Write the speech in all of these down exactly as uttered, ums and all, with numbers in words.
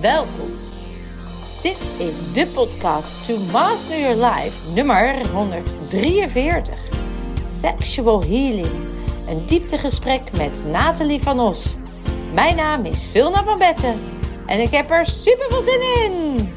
Welkom. Dit is de podcast To Master Your Life nummer honderddrieënveertig. Sexual Healing. Een dieptegesprek met Nathalie van Os. Mijn naam is Vilna van Betten en ik heb er super veel zin in.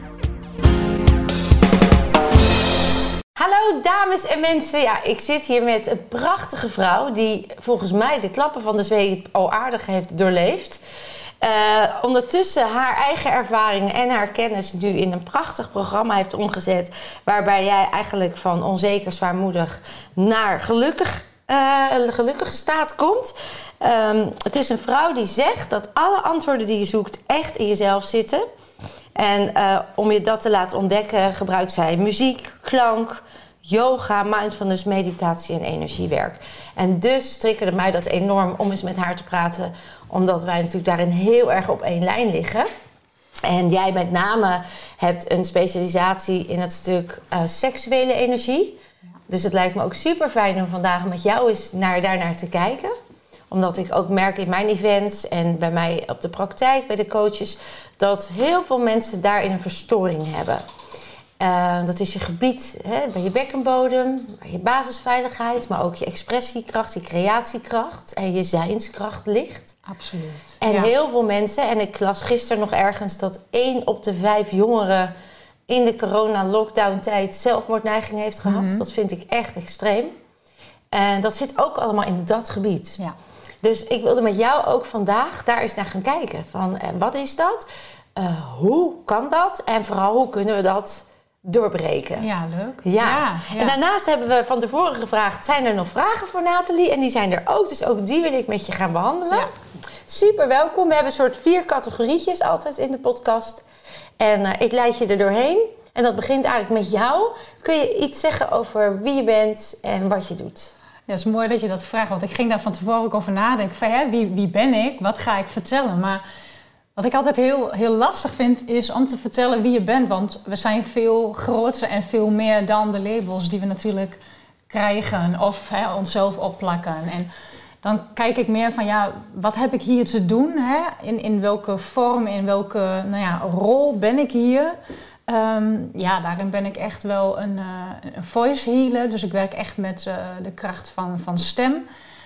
Hallo dames en mensen. Ja, ik zit hier met een prachtige vrouw die volgens mij de klappen van de zweep al aardig heeft doorleefd. Uh, ondertussen haar eigen ervaringen en haar kennis nu in een prachtig programma heeft omgezet. Waarbij jij eigenlijk van onzeker, zwaarmoedig naar gelukkig, uh, een gelukkige staat komt. Um, het is een vrouw die zegt dat alle antwoorden die je zoekt echt in jezelf zitten. En uh, om je dat te laten ontdekken gebruikt zij muziek, klank, yoga, mindfulness, meditatie en energiewerk. En dus triggerde mij dat enorm om eens met haar te praten, omdat wij natuurlijk daarin heel erg op één lijn liggen. En jij met name hebt een specialisatie in het stuk uh, seksuele energie. Ja. Dus het lijkt me ook super fijn om vandaag met jou eens naar, daarnaar te kijken. Omdat ik ook merk in mijn events en bij mij op de praktijk, bij de coaches, dat heel veel mensen daarin een verstoring hebben. Uh, dat is je gebied, hè, bij je bekkenbodem, bij je basisveiligheid, maar ook je expressiekracht, je creatiekracht en je zijnskracht ligt. Absoluut. En ja. heel veel mensen, en ik las gisteren nog ergens dat één op de vijf jongeren in de corona-lockdown-tijd zelfmoordneiging heeft gehad. Mm-hmm. Dat vind ik echt extreem. En dat zit ook allemaal in dat gebied. Ja. Dus ik wilde met jou ook vandaag daar eens naar gaan kijken. Van, eh, wat is dat? Uh, hoe kan dat? En vooral, hoe kunnen we dat doorbreken? Ja, leuk. Ja. Ja, ja. En daarnaast hebben we van tevoren gevraagd, zijn er nog vragen voor Nathalie? En die zijn er ook, dus ook die wil ik met je gaan behandelen. Ja. Super welkom. We hebben een soort vier categorietjes altijd in de podcast. En uh, ik leid je er doorheen. En dat begint eigenlijk met jou. Kun je iets zeggen over wie je bent en wat je doet? Ja, het is mooi dat je dat vraagt, want ik ging daar van tevoren ook over nadenken. Van, hè, wie, wie ben ik? Wat ga ik vertellen? Maar wat ik altijd heel, heel lastig vind, is om te vertellen wie je bent. Want we zijn veel groter en veel meer dan de labels die we natuurlijk krijgen of hè, onszelf opplakken. En dan kijk ik meer van, ja, wat heb ik hier te doen? Hè? In, in welke vorm, in welke nou ja, rol ben ik hier? Um, ja, daarin ben ik echt wel een, uh, een voice healer. Dus ik werk echt met uh, de kracht van, van stem.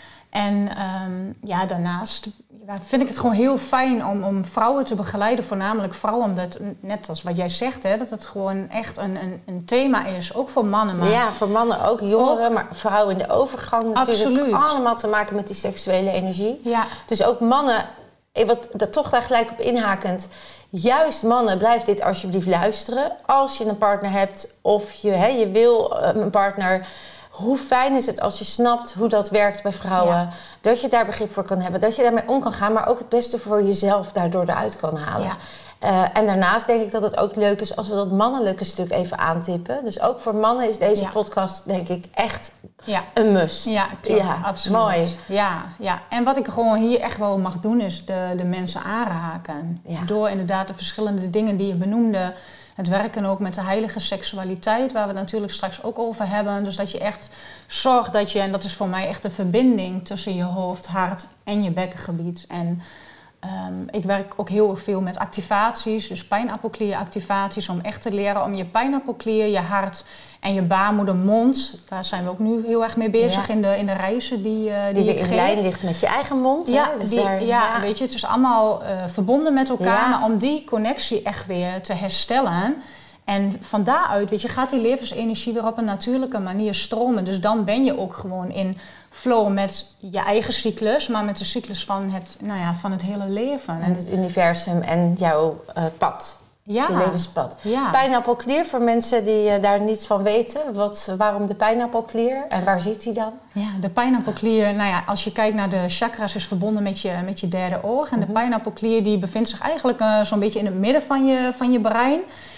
En um, ja, daarnaast ja, vind ik het gewoon heel fijn om, om vrouwen te begeleiden. Voornamelijk vrouwen, omdat, net als wat jij zegt, hè, dat het gewoon echt een, een, een thema is. Ook voor mannen. Maar ja, voor mannen ook, jongeren, ook, maar vrouwen in de overgang natuurlijk. Absoluut. Allemaal te maken met die seksuele energie. Ja. Dus ook mannen, wat dat toch daar gelijk op inhakend. Juist mannen, blijf dit alsjeblieft luisteren. Als je een partner hebt of je, hè, je wil een partner. Hoe fijn is het als je snapt hoe dat werkt bij vrouwen. Ja. Dat je daar begrip voor kan hebben. Dat je daarmee om kan gaan. Maar ook het beste voor jezelf daardoor eruit kan halen. Ja. Uh, en daarnaast denk ik dat het ook leuk is als we dat mannelijke stuk even aantippen. Dus ook voor mannen is deze ja. podcast denk ik echt ja. een must. Ja, klopt. Ja, absoluut. Mooi. Ja, ja. En wat ik gewoon hier echt wel mag doen is de, de mensen aanraken. Ja. Door inderdaad de verschillende dingen die je benoemde. Het werken ook met de heilige seksualiteit, waar we het natuurlijk straks ook over hebben. Dus dat je echt zorgt dat je, en dat is voor mij echt de verbinding tussen je hoofd, hart en je bekkengebied. En um, ik werk ook heel veel met activaties, dus pijnappelklieractivaties, om echt te leren om je pijnappelklier, je hart en je baarmoedermond. Daar zijn we ook nu heel erg mee bezig ja. in, de, in de reizen die, uh, die, die je weer in geeft. lijn ligt met je eigen mond. Ja, hè? Dus die, daar, ja, ja, weet je, het is allemaal uh, verbonden met elkaar, ja. maar om die connectie echt weer te herstellen. En van daaruit, weet je, gaat die levensenergie weer op een natuurlijke manier stromen. Dus dan ben je ook gewoon in flow met je eigen cyclus, maar met de cyclus van het, nou ja, van het hele leven. En het universum en jouw uh, pad. Ja. Je levenspad. Ja. Pijnappelklier, voor mensen die uh, daar niets van weten. Wat, waarom de pijnappelklier en waar zit die dan? Ja, de pijnappelklier, nou ja, als je kijkt naar de chakras, is verbonden met je, met je derde oog. En de mm-hmm. pijnappelklier die bevindt zich eigenlijk uh, zo'n beetje in het midden van je, van je brein.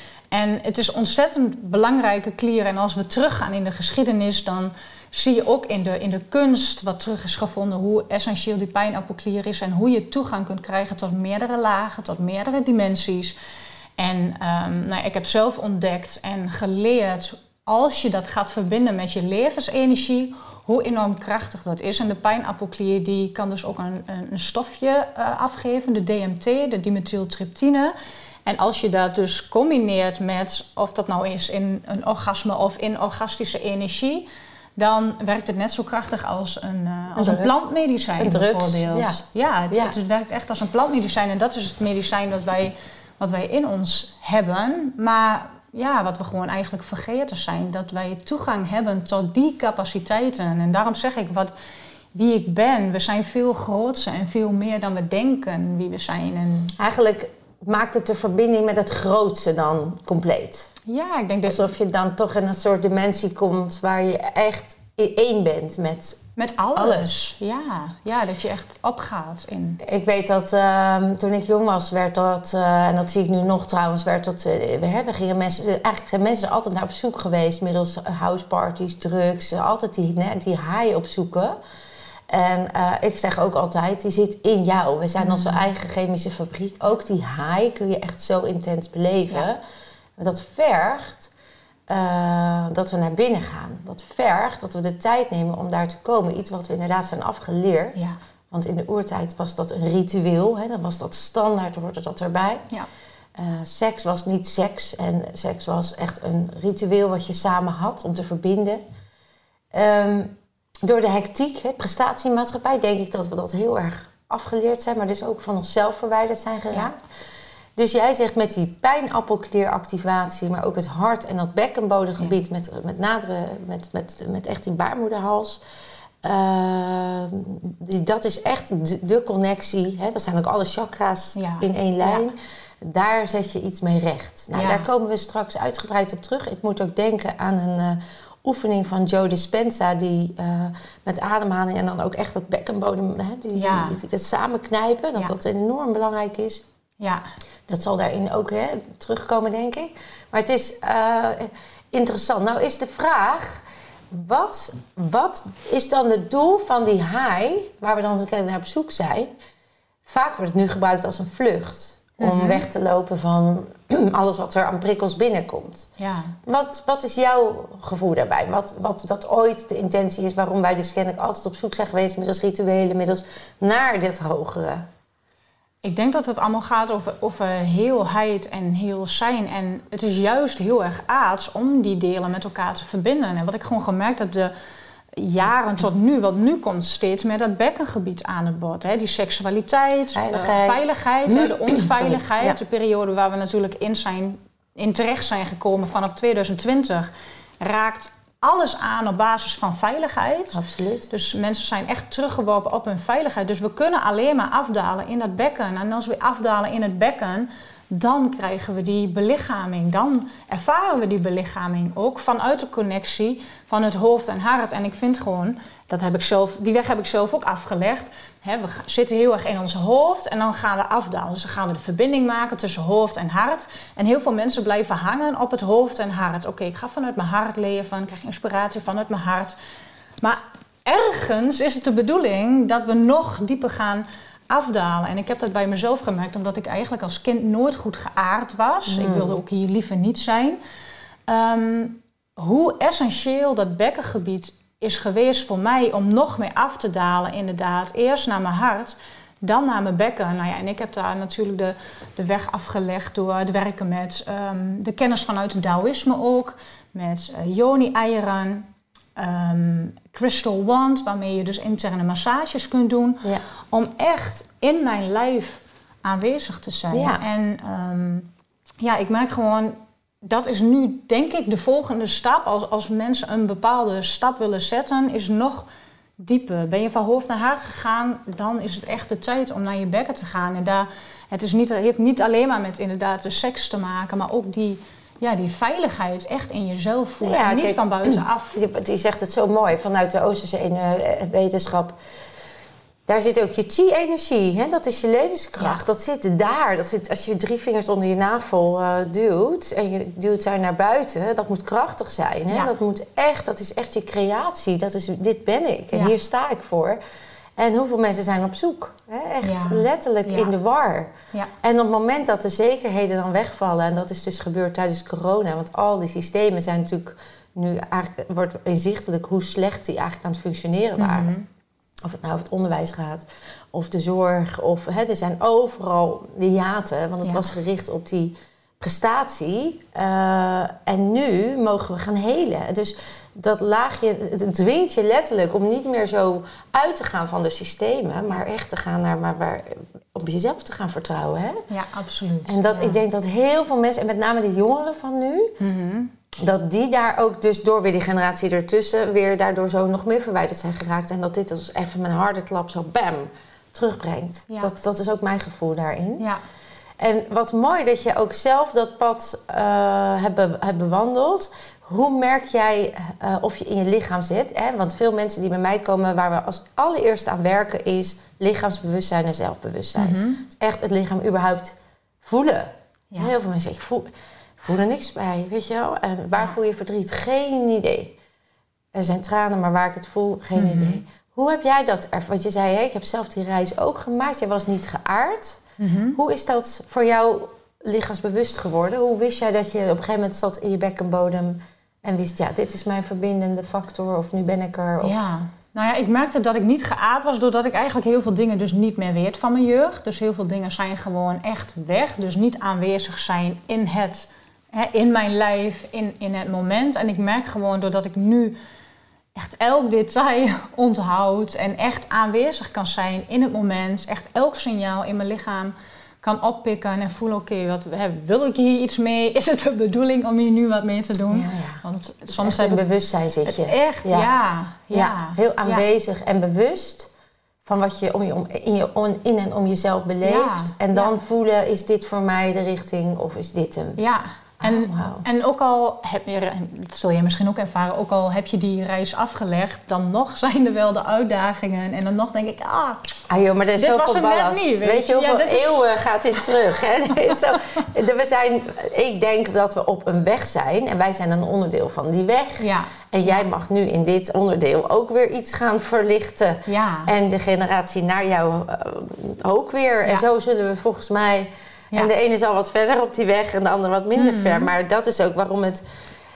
En het is een ontzettend belangrijke klier. En als we teruggaan in de geschiedenis, dan zie je ook in de, in de kunst wat terug is gevonden hoe essentieel die pijnappelklier is. En hoe je toegang kunt krijgen tot meerdere lagen, tot meerdere dimensies. En um, nou, ik heb zelf ontdekt en geleerd, als je dat gaat verbinden met je levensenergie, hoe enorm krachtig dat is. En de pijnappelklier die kan dus ook een, een stofje uh, afgeven, de D M T, de dimethyltryptine. En als je dat dus combineert met, of dat nou is in een orgasme of in orgastische energie, dan werkt het net zo krachtig als een, uh, als een, een plantmedicijn een bijvoorbeeld. Ja, ja, het, ja. het werkt echt als een plantmedicijn en dat is het medicijn dat wij, wat wij in ons hebben. Maar ja, wat we gewoon eigenlijk vergeten zijn, dat wij toegang hebben tot die capaciteiten. En daarom zeg ik, wat, wie ik ben, we zijn veel groter en veel meer dan we denken wie we zijn. En eigenlijk maakt het de verbinding met het grootste dan compleet. Ja, ik denk dat... Alsof je dan toch in een soort dimensie komt waar je echt één bent met, met alles. alles. Ja, ja, dat je echt opgaat in. Ik weet dat uh, toen ik jong was, werd dat, uh, en dat zie ik nu nog trouwens, werd dat, uh, we, hè, we gingen mensen, eigenlijk zijn mensen er altijd naar op zoek geweest middels houseparties, drugs, uh, altijd die, ne, die high opzoeken. En uh, ik zeg ook altijd, die zit in jou. We zijn mm. onze eigen chemische fabriek. Ook die high kun je echt zo intens beleven. Ja. Maar dat vergt uh, dat we naar binnen gaan. Dat vergt dat we de tijd nemen om daar te komen. Iets wat we inderdaad zijn afgeleerd. Ja. Want in de oertijd was dat een ritueel. Hè? Dan was dat standaard, hoorde dat erbij. Ja. Uh, seks was niet seks. En seks was echt een ritueel wat je samen had om te verbinden. Um, door de hectiek, hè, prestatiemaatschappij, denk ik dat we dat heel erg afgeleerd zijn. Maar dus ook van onszelf verwijderd zijn geraakt. Ja. Dus jij zegt met die pijnappelklieractivatie, maar ook het hart en dat bekkenbodemgebied, ja. met, met, nadere, met, met, met echt die baarmoederhals. Uh, die, dat is echt de, de connectie. Hè? Dat zijn ook alle chakra's ja. in één lijn. Ja. Daar zet je iets mee recht. Nou, ja. Daar komen we straks uitgebreid op terug. Ik moet ook denken aan een uh, oefening van Joe Dispenza, die uh, met ademhaling en dan ook echt dat bekkenbodem, hè, die, ja. die, die, dat samenknijpen, dat ja. dat enorm belangrijk is. Ja. Dat zal daarin ook hè, terugkomen, denk ik. Maar het is uh, interessant. Nou is de vraag, wat, wat is dan het doel van die high, waar we dan kennelijk naar op zoek zijn? Vaak wordt het nu gebruikt als een vlucht. Om mm-hmm. weg te lopen van alles wat er aan prikkels binnenkomt. Ja. Wat, wat is jouw gevoel daarbij? Wat, wat dat ooit de intentie is waarom wij dus kennelijk altijd op zoek zijn geweest, middels rituelen, middels naar dit hogere? Ik denk dat het allemaal gaat over, over heelheid en heel zijn. En het is juist heel erg aards om die delen met elkaar te verbinden. En wat ik gewoon gemerkt heb de jaren tot nu, want nu komt steeds meer dat bekkengebied aan het bod. Hè? Die seksualiteit, veiligheid, uh, veiligheid hè? De onveiligheid. Ja. De periode waar we natuurlijk in, zijn, in terecht zijn gekomen vanaf twintig twintig... raakt alles aan op basis van veiligheid. Absoluut. Dus mensen zijn echt teruggeworpen op hun veiligheid. Dus we kunnen alleen maar afdalen in dat bekken. En als we afdalen in het bekken, dan krijgen we die belichaming. Dan ervaren we die belichaming ook vanuit de connectie van het hoofd en hart. En ik vind gewoon, dat heb ik zelf, die weg heb ik zelf ook afgelegd. He, we zitten heel erg in ons hoofd en dan gaan we afdalen. Dus dan gaan we de verbinding maken tussen hoofd en hart. En heel veel mensen blijven hangen op het hoofd en hart. Oké, okay, ik ga vanuit mijn hart leven, ik krijg inspiratie vanuit mijn hart. Maar ergens is het de bedoeling dat we nog dieper gaan afdalen. En ik heb dat bij mezelf gemerkt, omdat ik eigenlijk als kind nooit goed geaard was. Mm. Ik wilde ook hier liever niet zijn. Um, hoe essentieel dat bekkengebied is geweest voor mij om nog meer af te dalen, inderdaad. Eerst naar mijn hart, dan naar mijn bekken. Nou ja, en ik heb daar natuurlijk de, de weg afgelegd door het werken met um, de kennis vanuit het Taoïsme ook. Met uh, yoni-eieren, um, crystal wand, waarmee je dus interne massages kunt doen. Ja. Om echt in mijn lijf aanwezig te zijn. Ja. En um, ja, ik merk gewoon, dat is nu denk ik de volgende stap. Als, als mensen een bepaalde stap willen zetten, is nog dieper. Ben je van hoofd naar hart gegaan, dan is het echt de tijd om naar je bekken te gaan. En daar, het is niet, het heeft niet alleen maar met inderdaad de seks te maken, maar ook die, ja, die veiligheid echt in jezelf voelen. Ja, en niet kijk, van buitenaf. Die, die zegt het zo mooi vanuit de Oosterse uh, wetenschap. Daar zit ook je chi-energie, hè? Dat is je levenskracht. Ja. Dat zit daar. Dat zit, als je drie vingers onder je navel uh, duwt en je duwt daar naar buiten, dat moet krachtig zijn. Hè? Ja. Dat moet echt, dat is echt je creatie. Dat is, dit ben ik en ja. hier sta ik voor. En hoeveel mensen zijn op zoek? Hè? Echt ja. letterlijk ja. in de war. Ja. En op het moment dat de zekerheden dan wegvallen, en dat is dus gebeurd tijdens corona, want al die systemen zijn natuurlijk nu eigenlijk, wordt inzichtelijk hoe slecht die eigenlijk aan het functioneren waren. Mm-hmm. Of het nou over het onderwijs gaat, of de zorg. Of, hè, er zijn overal de hiaten, want het Ja. was gericht op die prestatie. Uh, en nu mogen we gaan helen. Dus dat laagje, het dwingt je letterlijk om niet meer zo uit te gaan van de systemen, maar echt te gaan naar, maar waar, op jezelf te gaan vertrouwen. Hè? Ja, absoluut. En dat, ja. ik denk dat heel veel mensen, en met name de jongeren van nu, Mm-hmm. dat die daar ook dus door weer die generatie ertussen weer daardoor zo nog meer verwijderd zijn geraakt. En dat dit dus even met een harde klap zo bam terugbrengt. Ja. Dat, dat is ook mijn gevoel daarin. Ja. En wat mooi dat je ook zelf dat pad uh, hebt, be- hebt bewandeld. Hoe merk jij uh, of je in je lichaam zit? Hè? Want veel mensen die bij mij komen, waar we als allereerst aan werken, is lichaamsbewustzijn en zelfbewustzijn. Mm-hmm. Dus echt het lichaam überhaupt voelen. Ja. Heel veel mensen zeggen, ik voel, voel er niks bij, weet je wel. En waar Ja. voel je verdriet? Geen idee. Er zijn tranen, maar waar ik het voel, geen Mm-hmm. idee. Hoe heb jij dat ervaren? Want je zei, hey, ik heb zelf die reis ook gemaakt. Je was niet geaard. Mm-hmm. Hoe is dat voor jou lichaamsbewust geworden? Hoe wist jij dat je op een gegeven moment zat in je bekkenbodem en wist, ja, dit is mijn verbindende factor of nu ben ik er? Of... Ja. Nou ja, ik merkte dat ik niet geaard was doordat ik eigenlijk heel veel dingen dus niet meer weet van mijn jeugd. Dus heel veel dingen zijn gewoon echt weg. Dus niet aanwezig zijn in het, hè, in mijn lijf, in, in het moment. En ik merk gewoon doordat ik nu echt elk detail onthoud en echt aanwezig kan zijn in het moment. Echt elk signaal in mijn lichaam kan oppikken en voelen, oké, okay, wat hè, wil ik hier iets mee? Is het de bedoeling om hier nu wat mee te doen? Ja, ja. Want Dus soms echt heb in ik bewustzijn zit het je. echt, ja. Ja, ja, Ja, heel ja. aanwezig en bewust van wat je, om je om, in, je on, in en om jezelf beleeft. Ja, En dan ja. voelen, is dit voor mij de richting of is dit hem? Ja. En, Oh, wow. en ook al heb je, dat zul je misschien ook ervaren, ook al heb je die reis afgelegd, dan nog zijn er wel de uitdagingen. En dan nog denk ik, ah, Ah joh, maar er is dit was zoveel hem net ballast. niet, weet, weet je je? hoeveel Ja, dit is- eeuwen gaat dit terug? Hè? Er is zo, we zijn, ik denk dat we op een weg zijn en wij zijn een onderdeel van die weg. ja, En jij mag nu in dit onderdeel ook weer iets gaan verlichten. ja. En de generatie naar jou uh, ook weer. En Ja. zo zullen we volgens mij... Ja. En de ene is al wat verder op die weg en de andere wat minder Mhm. ver. Maar dat is ook waarom het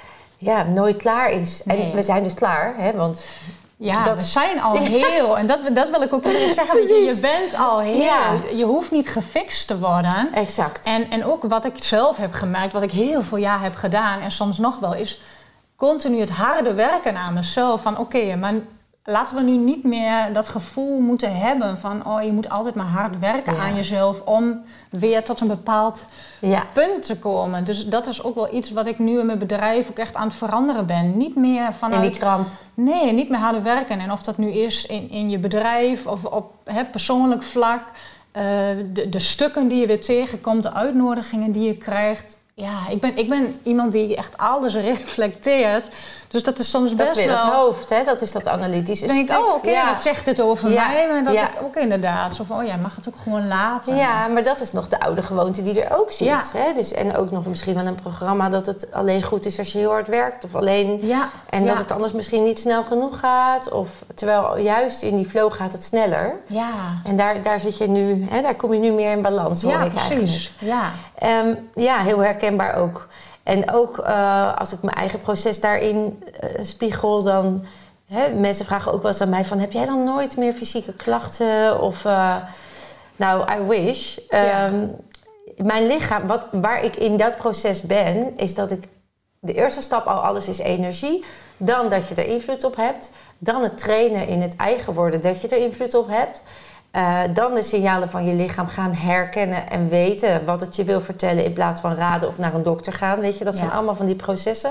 ja, nooit klaar is. Nee. En we zijn dus klaar, hè? Want Ja, dat- we zijn al heel, en dat, dat wil ik ook even zeggen, dat je, Precies. je bent al heel, Ja. je hoeft niet gefixt te worden. exact. En, en ook wat ik zelf heb gemerkt, wat ik heel veel jaar heb gedaan en soms nog wel, is continu het harde werken aan mezelf. Van oké, okay, maar laten we nu niet meer dat gevoel moeten hebben van oh, je moet altijd maar hard werken Ja. aan jezelf om weer tot een bepaald ja. punt te komen. Dus dat is ook wel iets wat ik nu in mijn bedrijf ook echt aan het veranderen ben. Niet meer In vanuit... die kramp. Nee, niet meer harder werken. En of dat nu is in, in je bedrijf of op hè, persoonlijk vlak. Uh, de, de stukken die je weer tegenkomt, de uitnodigingen die je krijgt. Ja, ik ben, ik ben iemand die echt alles reflecteert. Dus dat is soms Dat best is weer wel... het hoofd, hè? Dat is dat analytische Dan denk ik, stuk. oh oké, ja. dat zegt het over Ja, mij. Maar dat ja. ik ook inderdaad zo van, oh ja, mag het ook gewoon laten. Ja, maar dat is nog de oude gewoonte die er ook zit. Ja. Hè? Dus, en ook nog misschien wel een programma dat het alleen goed is als je heel hard werkt. Of alleen, Ja, en ja. dat het anders misschien niet snel genoeg gaat. Of, terwijl juist in die flow gaat het sneller. Ja, En daar, daar zit je nu, hè, daar kom je nu meer in balans, hoor ja ik eigenlijk. precies. Ja. Um, ja, heel herkenbaar ook. En ook uh, als ik mijn eigen proces daarin uh, spiegel, dan... Hè, mensen vragen ook wel eens aan mij van... heb jij dan nooit meer fysieke klachten? Of, uh, nou, I wish. Um, Ja. Mijn lichaam, wat, waar ik in dat proces ben... is dat ik de eerste stap al, alles is energie. Dan dat je er invloed op hebt. Dan het trainen in het eigen worden, dat je er invloed op hebt. Uh, dan de signalen van je lichaam gaan herkennen en weten wat het je wil vertellen in plaats van raden of naar een dokter gaan. Weet je, dat zijn Ja. allemaal van die processen.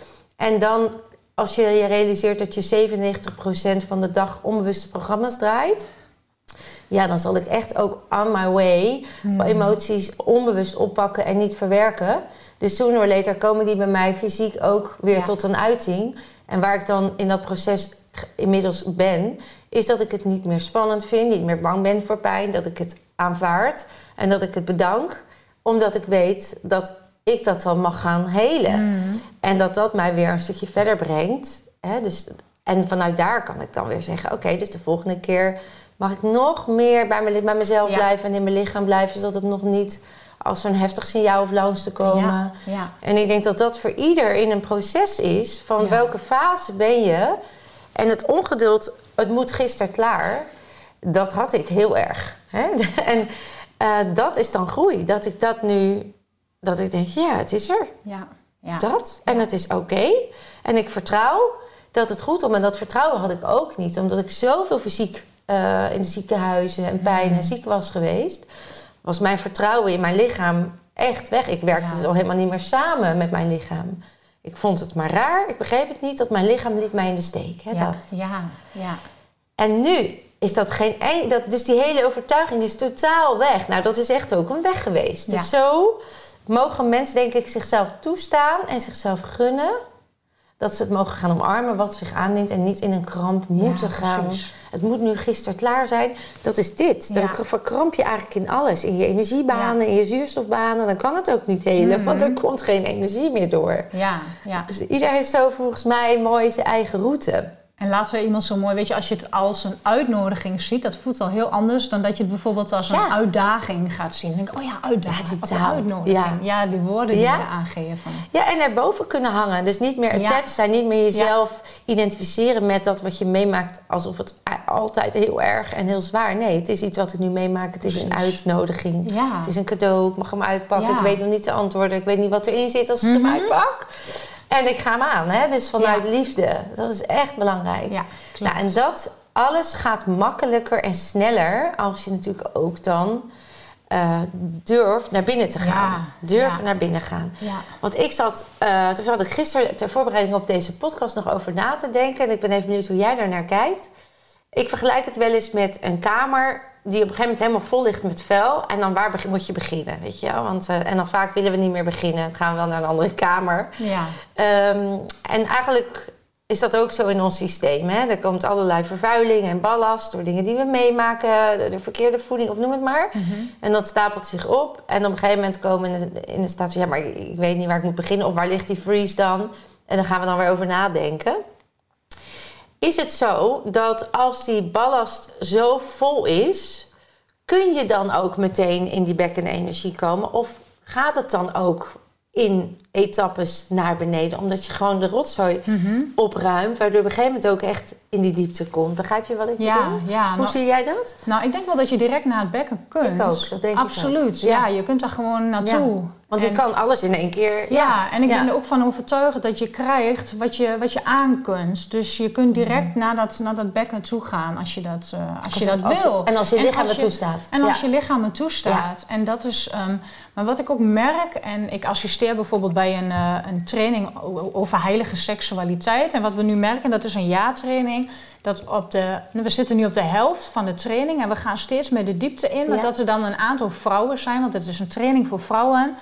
En dan, als je je realiseert dat je zevenennegentig procent van de dag onbewuste programma's draait, ja, dan zal ik echt ook on my way Hmm. emoties onbewust oppakken en niet verwerken. Dus sooner or later komen die bij mij fysiek ook weer Ja. tot een uiting. En waar ik dan in dat proces inmiddels ben, is dat ik het niet meer spannend vind, niet meer bang ben voor pijn, dat ik het aanvaard en dat ik het bedank, omdat ik weet dat ik dat dan mag gaan helen. Mm. En dat dat mij weer een stukje verder brengt. Hè? Dus, en vanuit daar kan ik dan weer zeggen, oké, okay, dus de volgende keer mag ik nog meer bij, me, bij mezelf Ja. blijven en in mijn lichaam blijven, zodat het nog niet als zo'n heftig signaal of langs te komen. Ja, ja. En ik denk dat dat voor ieder in een proces is van Ja. welke fase ben je. En het ongeduld, het moet gisteren klaar, dat had ik heel erg. Hè? En uh, dat is dan groei. Dat ik dat nu, dat ik denk, ja, het is er. Ja. Ja. Dat. En het is oké. Okay. En ik vertrouw dat het goed komt. En dat vertrouwen had ik ook niet. Omdat ik zoveel fysiek uh, in de ziekenhuizen en pijn en ziek was geweest, was mijn vertrouwen in mijn lichaam echt weg. Ik werkte ja. dus al helemaal niet meer samen met mijn lichaam. Ik vond het maar raar. Ik begreep het niet dat mijn lichaam liet mij in de steek. Hè, ja. dat. Ja. Ja. En nu is dat geen... Dat, dus die hele overtuiging is totaal weg. Nou, dat is echt ook een weg geweest. Ja. Dus zo mogen mensen, denk ik, zichzelf toestaan en zichzelf gunnen dat ze het mogen gaan omarmen wat zich aandient en niet in een kramp moeten ja, gaan. Precies. Het moet nu gisteren klaar zijn. Dat is dit. Ja. Dan verkramp je eigenlijk in alles. In je energiebanen, ja. in je zuurstofbanen. Dan kan het ook niet helen, mm-hmm. want er komt geen energie meer door. Ja, ja. Dus ieder heeft zo volgens mij mooi zijn eigen route. En laten we iemand zo mooi, weet je, als je het als een uitnodiging ziet, dat voelt al heel anders dan dat je het bijvoorbeeld als een ja. uitdaging gaat zien. Dan denk ik, oh ja, uitdaging, ja, die taal. Uitnodiging. Ja. ja, die woorden die ja. we aangeven. Van. Ja, en erboven kunnen hangen. Dus niet meer attached ja. zijn, niet meer jezelf ja. identificeren met dat wat je meemaakt alsof het altijd heel erg en heel zwaar. Nee, het is iets wat ik nu meemaak. Het is Precies. een uitnodiging. Ja. Het is een cadeau. Ik mag hem uitpakken. Ja. Ik weet nog niet de antwoorden. Ik weet niet wat erin zit als ik mm-hmm. hem uitpak. En ik ga hem aan, hè? Dus vanuit ja. liefde. Dat is echt belangrijk. Ja, nou, en dat alles gaat makkelijker en sneller als je natuurlijk ook dan uh, durft naar binnen te gaan. Ja, durf ja. naar binnen gaan. Ja. Want ik zat, uh, toen zat ik gisteren ter voorbereiding op deze podcast nog over na te denken. En ik ben even benieuwd hoe jij daar naar kijkt. Ik vergelijk het wel eens met een kamer die op een gegeven moment helemaal vol ligt met vuil. En dan waar moet je beginnen, weet je wel? Want, uh, en dan vaak willen we niet meer beginnen. Dan gaan we wel naar een andere kamer. Ja. Um, en eigenlijk is dat ook zo in ons systeem. Hè? Er komt allerlei vervuiling en ballast door dingen die we meemaken. De, de verkeerde voeding of noem het maar. Mm-hmm. En dat stapelt zich op. En op een gegeven moment komen we in de, in de staat van ja, maar ik, ik weet niet waar ik moet beginnen. Of waar ligt die freeze dan? En dan gaan we dan weer over nadenken. Is het zo dat als die ballast zo vol is, kun je dan ook meteen in die bekkenenergie komen? Of gaat het dan ook in etappes naar beneden? Omdat je gewoon de rotzooi mm-hmm. opruimt, waardoor op een gegeven moment ook echt in die diepte komt. Begrijp je wat ik ja, bedoel? Ja, Hoe nou, zie jij dat? Nou, ik denk wel dat je direct naar het bekken kunt. Ik ook, dat denk Absoluut, ik ook. ja. ja. Je kunt daar gewoon naartoe. Ja. Want en, je kan alles in één keer... Ja, ja en ik ja. ben er ook van overtuigd dat je krijgt wat je, wat je aan kunt. Dus je kunt direct mm. naar, dat, naar dat bekken toe gaan als je dat, uh, als als je dat als, wil. En als je en lichaam als het toestaat. En als ja. je lichaam het toestaat. Ja. En dat is... Um, maar wat ik ook merk, en ik assisteer bijvoorbeeld bij een, uh, een training over heilige seksualiteit. En wat we nu merken, dat is een jaartraining. Dat op de, we zitten nu op de helft van de training en we gaan steeds meer de diepte in. Maar ja. dat er dan een aantal vrouwen zijn, want het is een training voor vrouwen,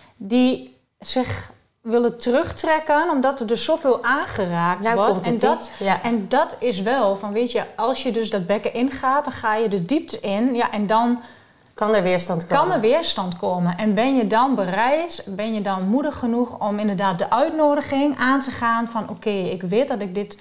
die zich willen terugtrekken omdat er dus zoveel aangeraakt nou, wordt. Komt en, dat, ja. en dat is wel van, weet je, als je dus dat bekken ingaat, dan ga je de diepte in. Ja, en dan kan er weerstand komen. Kan er weerstand komen. En ben je dan bereid, ben je dan moedig genoeg om inderdaad de uitnodiging aan te gaan van oké, okay, ik weet dat ik dit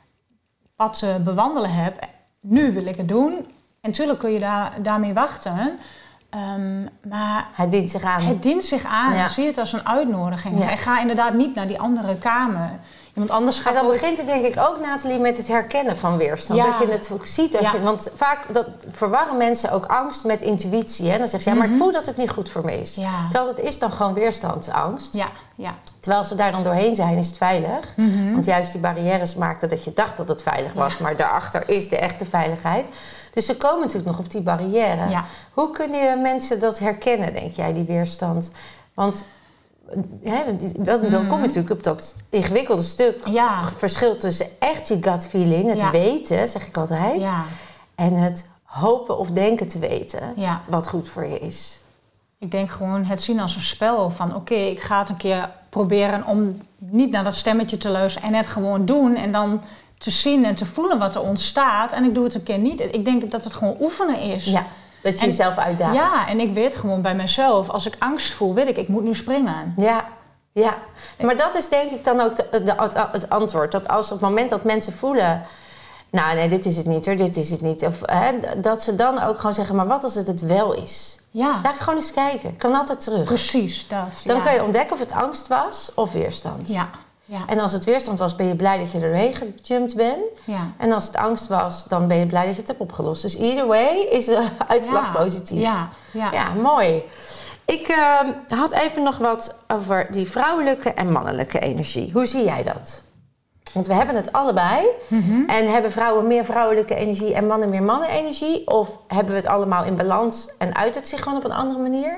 pad uh, bewandelen heb. Nu wil ik het doen. En natuurlijk kun je daar, daarmee wachten. Um, maar het dient zich aan. Het dient zich aan. Ja. Zie het als een uitnodiging. Ja. En ga inderdaad niet naar die andere kamer. Iemand anders gaat. En dan begint het denk ik ook, Nathalie, met het herkennen van weerstand. Ja. Dat je het ook ziet. Dat ja. je, want vaak dat verwarren mensen ook angst met intuïtie. Hè? Dan zeggen ze, ja, maar mm-hmm. ik voel dat het niet goed voor me is. Ja. Terwijl het is dan gewoon weerstandsangst. Ja. Ja. Terwijl ze daar dan doorheen zijn, is het veilig. Mm-hmm. Want juist die barrières maakten dat je dacht dat het veilig was. Ja. Maar daarachter is de echte veiligheid. Dus ze komen natuurlijk nog op die barrière. Ja. Hoe kunnen mensen dat herkennen, denk jij, die weerstand? Want He, dat, dan kom je natuurlijk op dat ingewikkelde stuk. Ja. Verschil tussen echt je gut feeling, het ja. weten, zeg ik altijd. Ja. En het hopen of denken te weten ja. wat goed voor je is. Ik denk gewoon het zien als een spel. Van oké, okay, ik ga het een keer proberen om niet naar dat stemmetje te luisteren en het gewoon doen. En dan te zien en te voelen wat er ontstaat. En ik doe het een keer niet. Ik denk dat het gewoon oefenen is. Ja. Dat je en, jezelf uitdaagt. Ja, en ik weet gewoon bij mezelf, als ik angst voel, weet ik, ik moet nu springen. Ja, ja. Maar dat is denk ik dan ook de, de, het antwoord. Dat als op het moment dat mensen voelen, nou nee, dit is het niet hoor, dit is het niet. Of hè, dat ze dan ook gewoon zeggen, maar wat als het het wel is? Ja. Laat ik gewoon eens kijken. Ik kan altijd terug. Precies, dat. Dan ja. kan je ontdekken of het angst was of weerstand. Ja. Ja. En als het weerstand was, ben je blij dat je er doorheen gejumpt bent. Ja. En als het angst was, dan ben je blij dat je het hebt opgelost. Dus either way is de uitslag Ja. positief. Ja. Ja. Ja, mooi. Ik uh, had even nog wat over die vrouwelijke en mannelijke energie. Hoe zie jij dat? Want we hebben het allebei. Mm-hmm. En hebben vrouwen meer vrouwelijke energie en mannen meer mannenenergie? Of hebben we het allemaal in balans en uit het zich gewoon op een andere manier?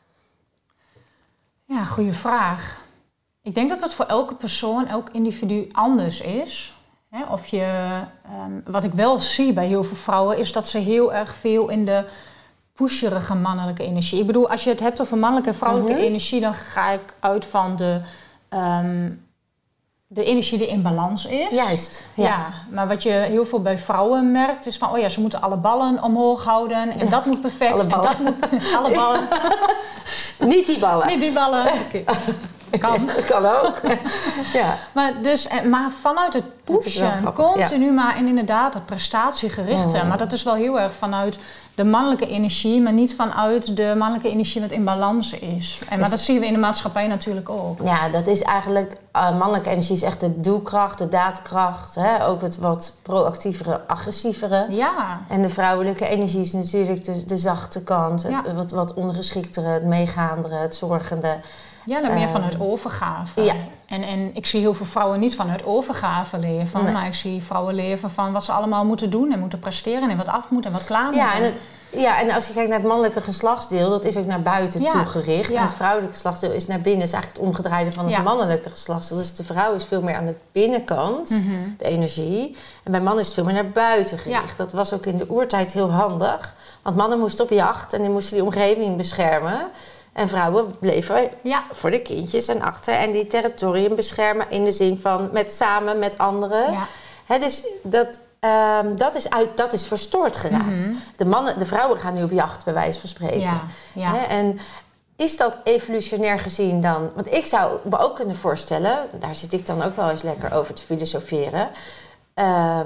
Ja, goede vraag. Ik denk dat het voor elke persoon, elk individu anders is. Hè, of je, um, wat ik wel zie bij heel veel vrouwen is dat ze heel erg veel in de pusherige mannelijke energie. Ik bedoel, als je het hebt over mannelijke en vrouwelijke Mm-hmm. energie, dan ga ik uit van de, um, de energie die in balans is. Juist. Ja. Ja, maar wat je heel veel bij vrouwen merkt is van, oh ja, ze moeten alle ballen omhoog houden en Ja. dat moet perfect. Alle ballen. En dat moet, alle ballen. Niet die ballen. Nee, die ballen. Okay. Kan. Ja, kan ook. Ja. Maar, dus, en- maar vanuit het Dat is wel pushen, grappig, continu maar, en inderdaad het prestatiegerichte. Mm. Maar dat is wel heel erg vanuit de mannelijke energie, maar niet vanuit de mannelijke energie wat in balans is. En, maar Is- dat zien we in de maatschappij natuurlijk ook. Ja, dat is eigenlijk... Uh, mannelijke energie is echt de doelkracht, de daadkracht. Hè? Ook het wat proactievere, agressievere. Ja, En de vrouwelijke energie is natuurlijk de, de zachte kant. Het Ja. wat, wat ongeschiktere, het meegaandere, het zorgende. ja dan meer Eh, vanuit overgave. ja. En, en ik zie heel veel vrouwen niet vanuit overgave leven, Nee. maar ik zie vrouwen leven van wat ze allemaal moeten doen en moeten presteren en wat af moet en wat klaar moet. Ja en, het, ja, en als je kijkt naar het mannelijke geslachtsdeel, dat is ook naar buiten Ja. toe gericht. Ja. En het vrouwelijke geslachtsdeel is naar binnen. Dat is eigenlijk het omgedraaide van het Ja. mannelijke geslachtsdeel. Dus de vrouw is veel meer aan de binnenkant, Mhm. de energie. En bij mannen is het veel meer naar buiten gericht. Ja. Dat was ook in de oertijd heel handig. Want mannen moesten op jacht en die moesten die omgeving beschermen. En vrouwen bleven Ja. voor de kindjes en achter en die territorium beschermen in de zin van met samen met anderen. Ja. Hè, dus dat, ehm, dat, is uit, dat is verstoord geraakt. Mhm. De mannen, de vrouwen gaan nu op jacht, bij wijze van spreken. Ja. Ja. Hè, en is dat evolutionair gezien dan? Want ik zou me ook kunnen voorstellen, daar zit ik dan ook wel eens lekker over te filosoferen. Ehm,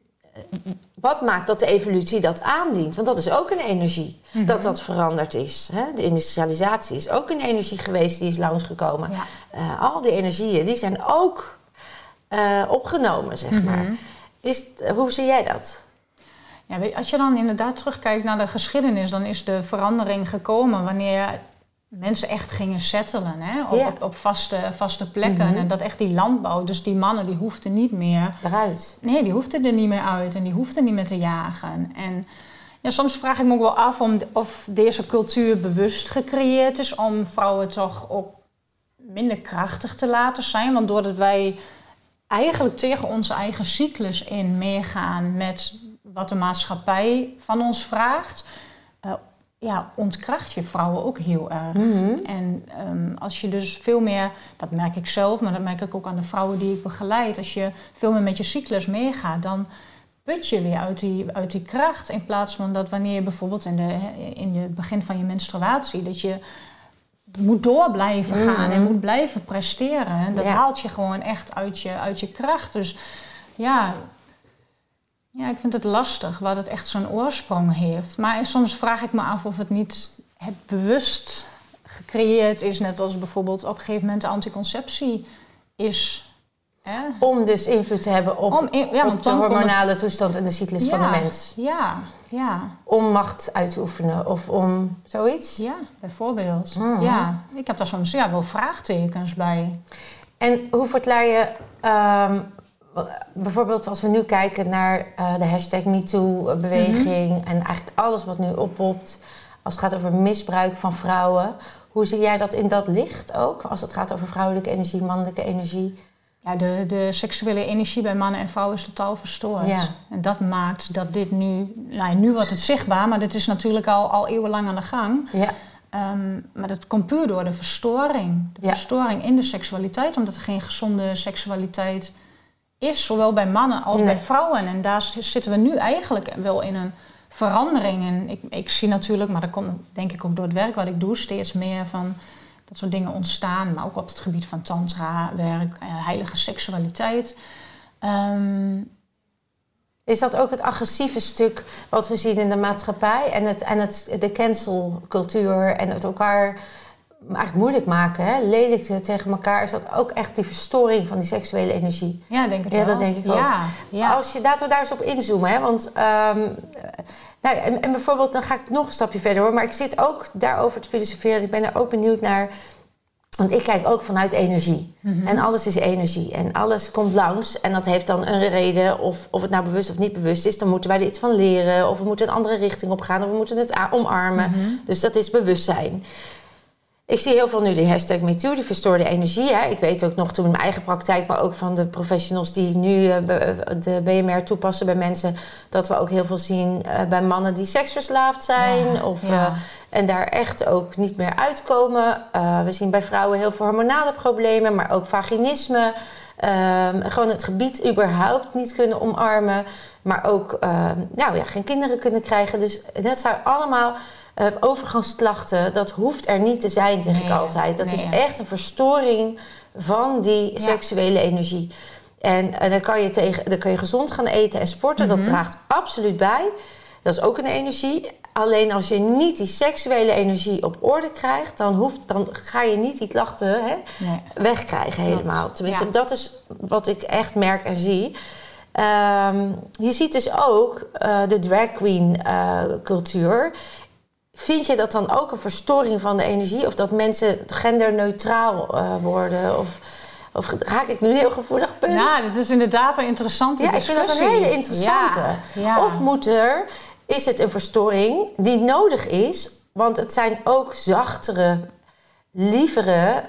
wat maakt dat de evolutie dat aandient? Want dat is ook een energie, Mhm. dat dat veranderd is. Hè? De industrialisatie is ook een energie geweest die is langsgekomen. Ja. Uh, al die energieën, die zijn ook uh, opgenomen, zeg Mhm. maar. Is, t- hoe zie jij dat? Ja, weet je, als je dan inderdaad terugkijkt naar de geschiedenis, dan is de verandering gekomen wanneer mensen echt gingen settelen, hè? Op, Ja. op, op vaste, vaste plekken. Mhm. En dat echt die landbouw, dus die mannen die hoefden niet meer, Daaruit. nee, die hoefden er niet meer uit en die hoefden niet meer te jagen. En ja, soms vraag ik me ook wel af om, of deze cultuur bewust gecreëerd is om vrouwen toch ook minder krachtig te laten zijn. Want doordat wij eigenlijk tegen onze eigen cyclus in meegaan met wat de maatschappij van ons vraagt, uh, ja, ontkracht je vrouwen ook heel erg. Mhm. En um, als je dus veel meer, dat merk ik zelf, maar dat merk ik ook aan de vrouwen die ik begeleid, als je veel meer met je cyclus meegaat, dan put je weer uit die, uit die kracht. In plaats van dat wanneer je bijvoorbeeld in, de, in het begin van je menstruatie, dat je moet door blijven gaan Mhm. en moet blijven presteren. Dat Ja. haalt je gewoon echt uit je, uit je kracht. Dus ja, ja, ik vind het lastig waar het echt zijn oorsprong heeft. Maar soms vraag ik me af of het niet het bewust gecreëerd is, net als bijvoorbeeld op een gegeven moment de anticonceptie is. Hè? Om dus invloed te hebben op, Om in- ja, want op de dan komen- hormonale toestand en de cyclus van de Ja, mens. Ja, ja, Om macht uit te oefenen of om zoiets. ja, bijvoorbeeld. Mhm. Ja, ik heb daar soms ja, wel vraagtekens bij. En hoe verklaar je, ehm, bijvoorbeeld als we nu kijken naar eh, de hashtag MeToo-beweging Mhm. en eigenlijk alles wat nu oppopt als het gaat over misbruik van vrouwen. Hoe zie jij dat in dat licht ook? Als het gaat over vrouwelijke energie, mannelijke energie. Ja, de, de seksuele energie bij mannen en vrouwen is totaal verstoord. Ja. En dat maakt dat dit nu... Nou, nu wordt het zichtbaar, maar dit is natuurlijk al, al eeuwenlang aan de gang. Ja, Um, maar dat komt puur door de verstoring. De Ja. verstoring in de seksualiteit, omdat er geen gezonde seksualiteit is. Zowel bij mannen als Nee. bij vrouwen. En daar z- zitten we nu eigenlijk wel in een verandering. En ik, ik zie natuurlijk, maar dat komt denk ik ook door het werk wat ik doe, steeds meer van dat soort dingen ontstaan. Maar ook op het gebied van tantra-werk, uh, heilige seksualiteit. Um, is dat ook het agressieve stuk wat we zien in de maatschappij en, het, en het, de cancelcultuur en het elkaar eigenlijk moeilijk maken, hè? Lelijk tegen elkaar, is dat ook echt die verstoring van die seksuele energie. Ja, denk ik ja, wel. dat denk ik ook. Ja, ja. Als je, laten we daar eens op inzoomen, hè? Want, um, nou, en, en bijvoorbeeld, dan ga ik nog een stapje verder hoor, maar ik zit ook daarover te filosoferen. Ik ben er ook benieuwd naar, want ik kijk ook vanuit energie. Mm-hmm. En alles is energie en alles komt langs en dat heeft dan een reden, of, of het nou bewust of niet bewust is, dan moeten wij er iets van leren, of we moeten een andere richting op gaan, of we moeten het omarmen. Mm-hmm. Dus dat is bewustzijn. Ik zie heel veel nu die hashtag MeToo, die verstoorde energie. Hè. Ik weet ook nog toen in mijn eigen praktijk, maar ook van de professionals die nu uh, de B M R toepassen bij mensen, dat we ook heel veel zien uh, bij mannen die seksverslaafd zijn. Ja, of, ja. uh, en daar echt ook niet meer uitkomen. Uh, we zien bij vrouwen heel veel hormonale problemen, maar ook vaginisme. Uh, gewoon het gebied überhaupt niet kunnen omarmen. Maar ook uh, nou ja, geen kinderen kunnen krijgen. Dus dat zou allemaal... Uh, overgangsklachten, dat hoeft er niet te zijn, zeg nee, ik altijd. Dat nee, is ja. echt een verstoring van die ja. seksuele energie. En uh, dan, kan je tegen, dan kan je gezond gaan eten en sporten. Mm-hmm. Dat draagt absoluut bij. Dat is ook een energie. Alleen als je niet die seksuele energie op orde krijgt, dan, hoeft, dan ga je niet die klachten hè, nee. wegkrijgen helemaal. Tenminste, ja. dat is wat ik echt merk en zie. Um, je ziet dus ook uh, de drag queen uh, cultuur. Vind je dat dan ook een verstoring van de energie? Of dat mensen genderneutraal uh, worden? Of, of raak ik nu een heel gevoelig punt? Ja, dat is inderdaad een interessante ja, discussie. Ja, ik vind dat een hele interessante. Ja, ja. Of moet er, is het een verstoring die nodig is? Want het zijn ook zachtere, lievere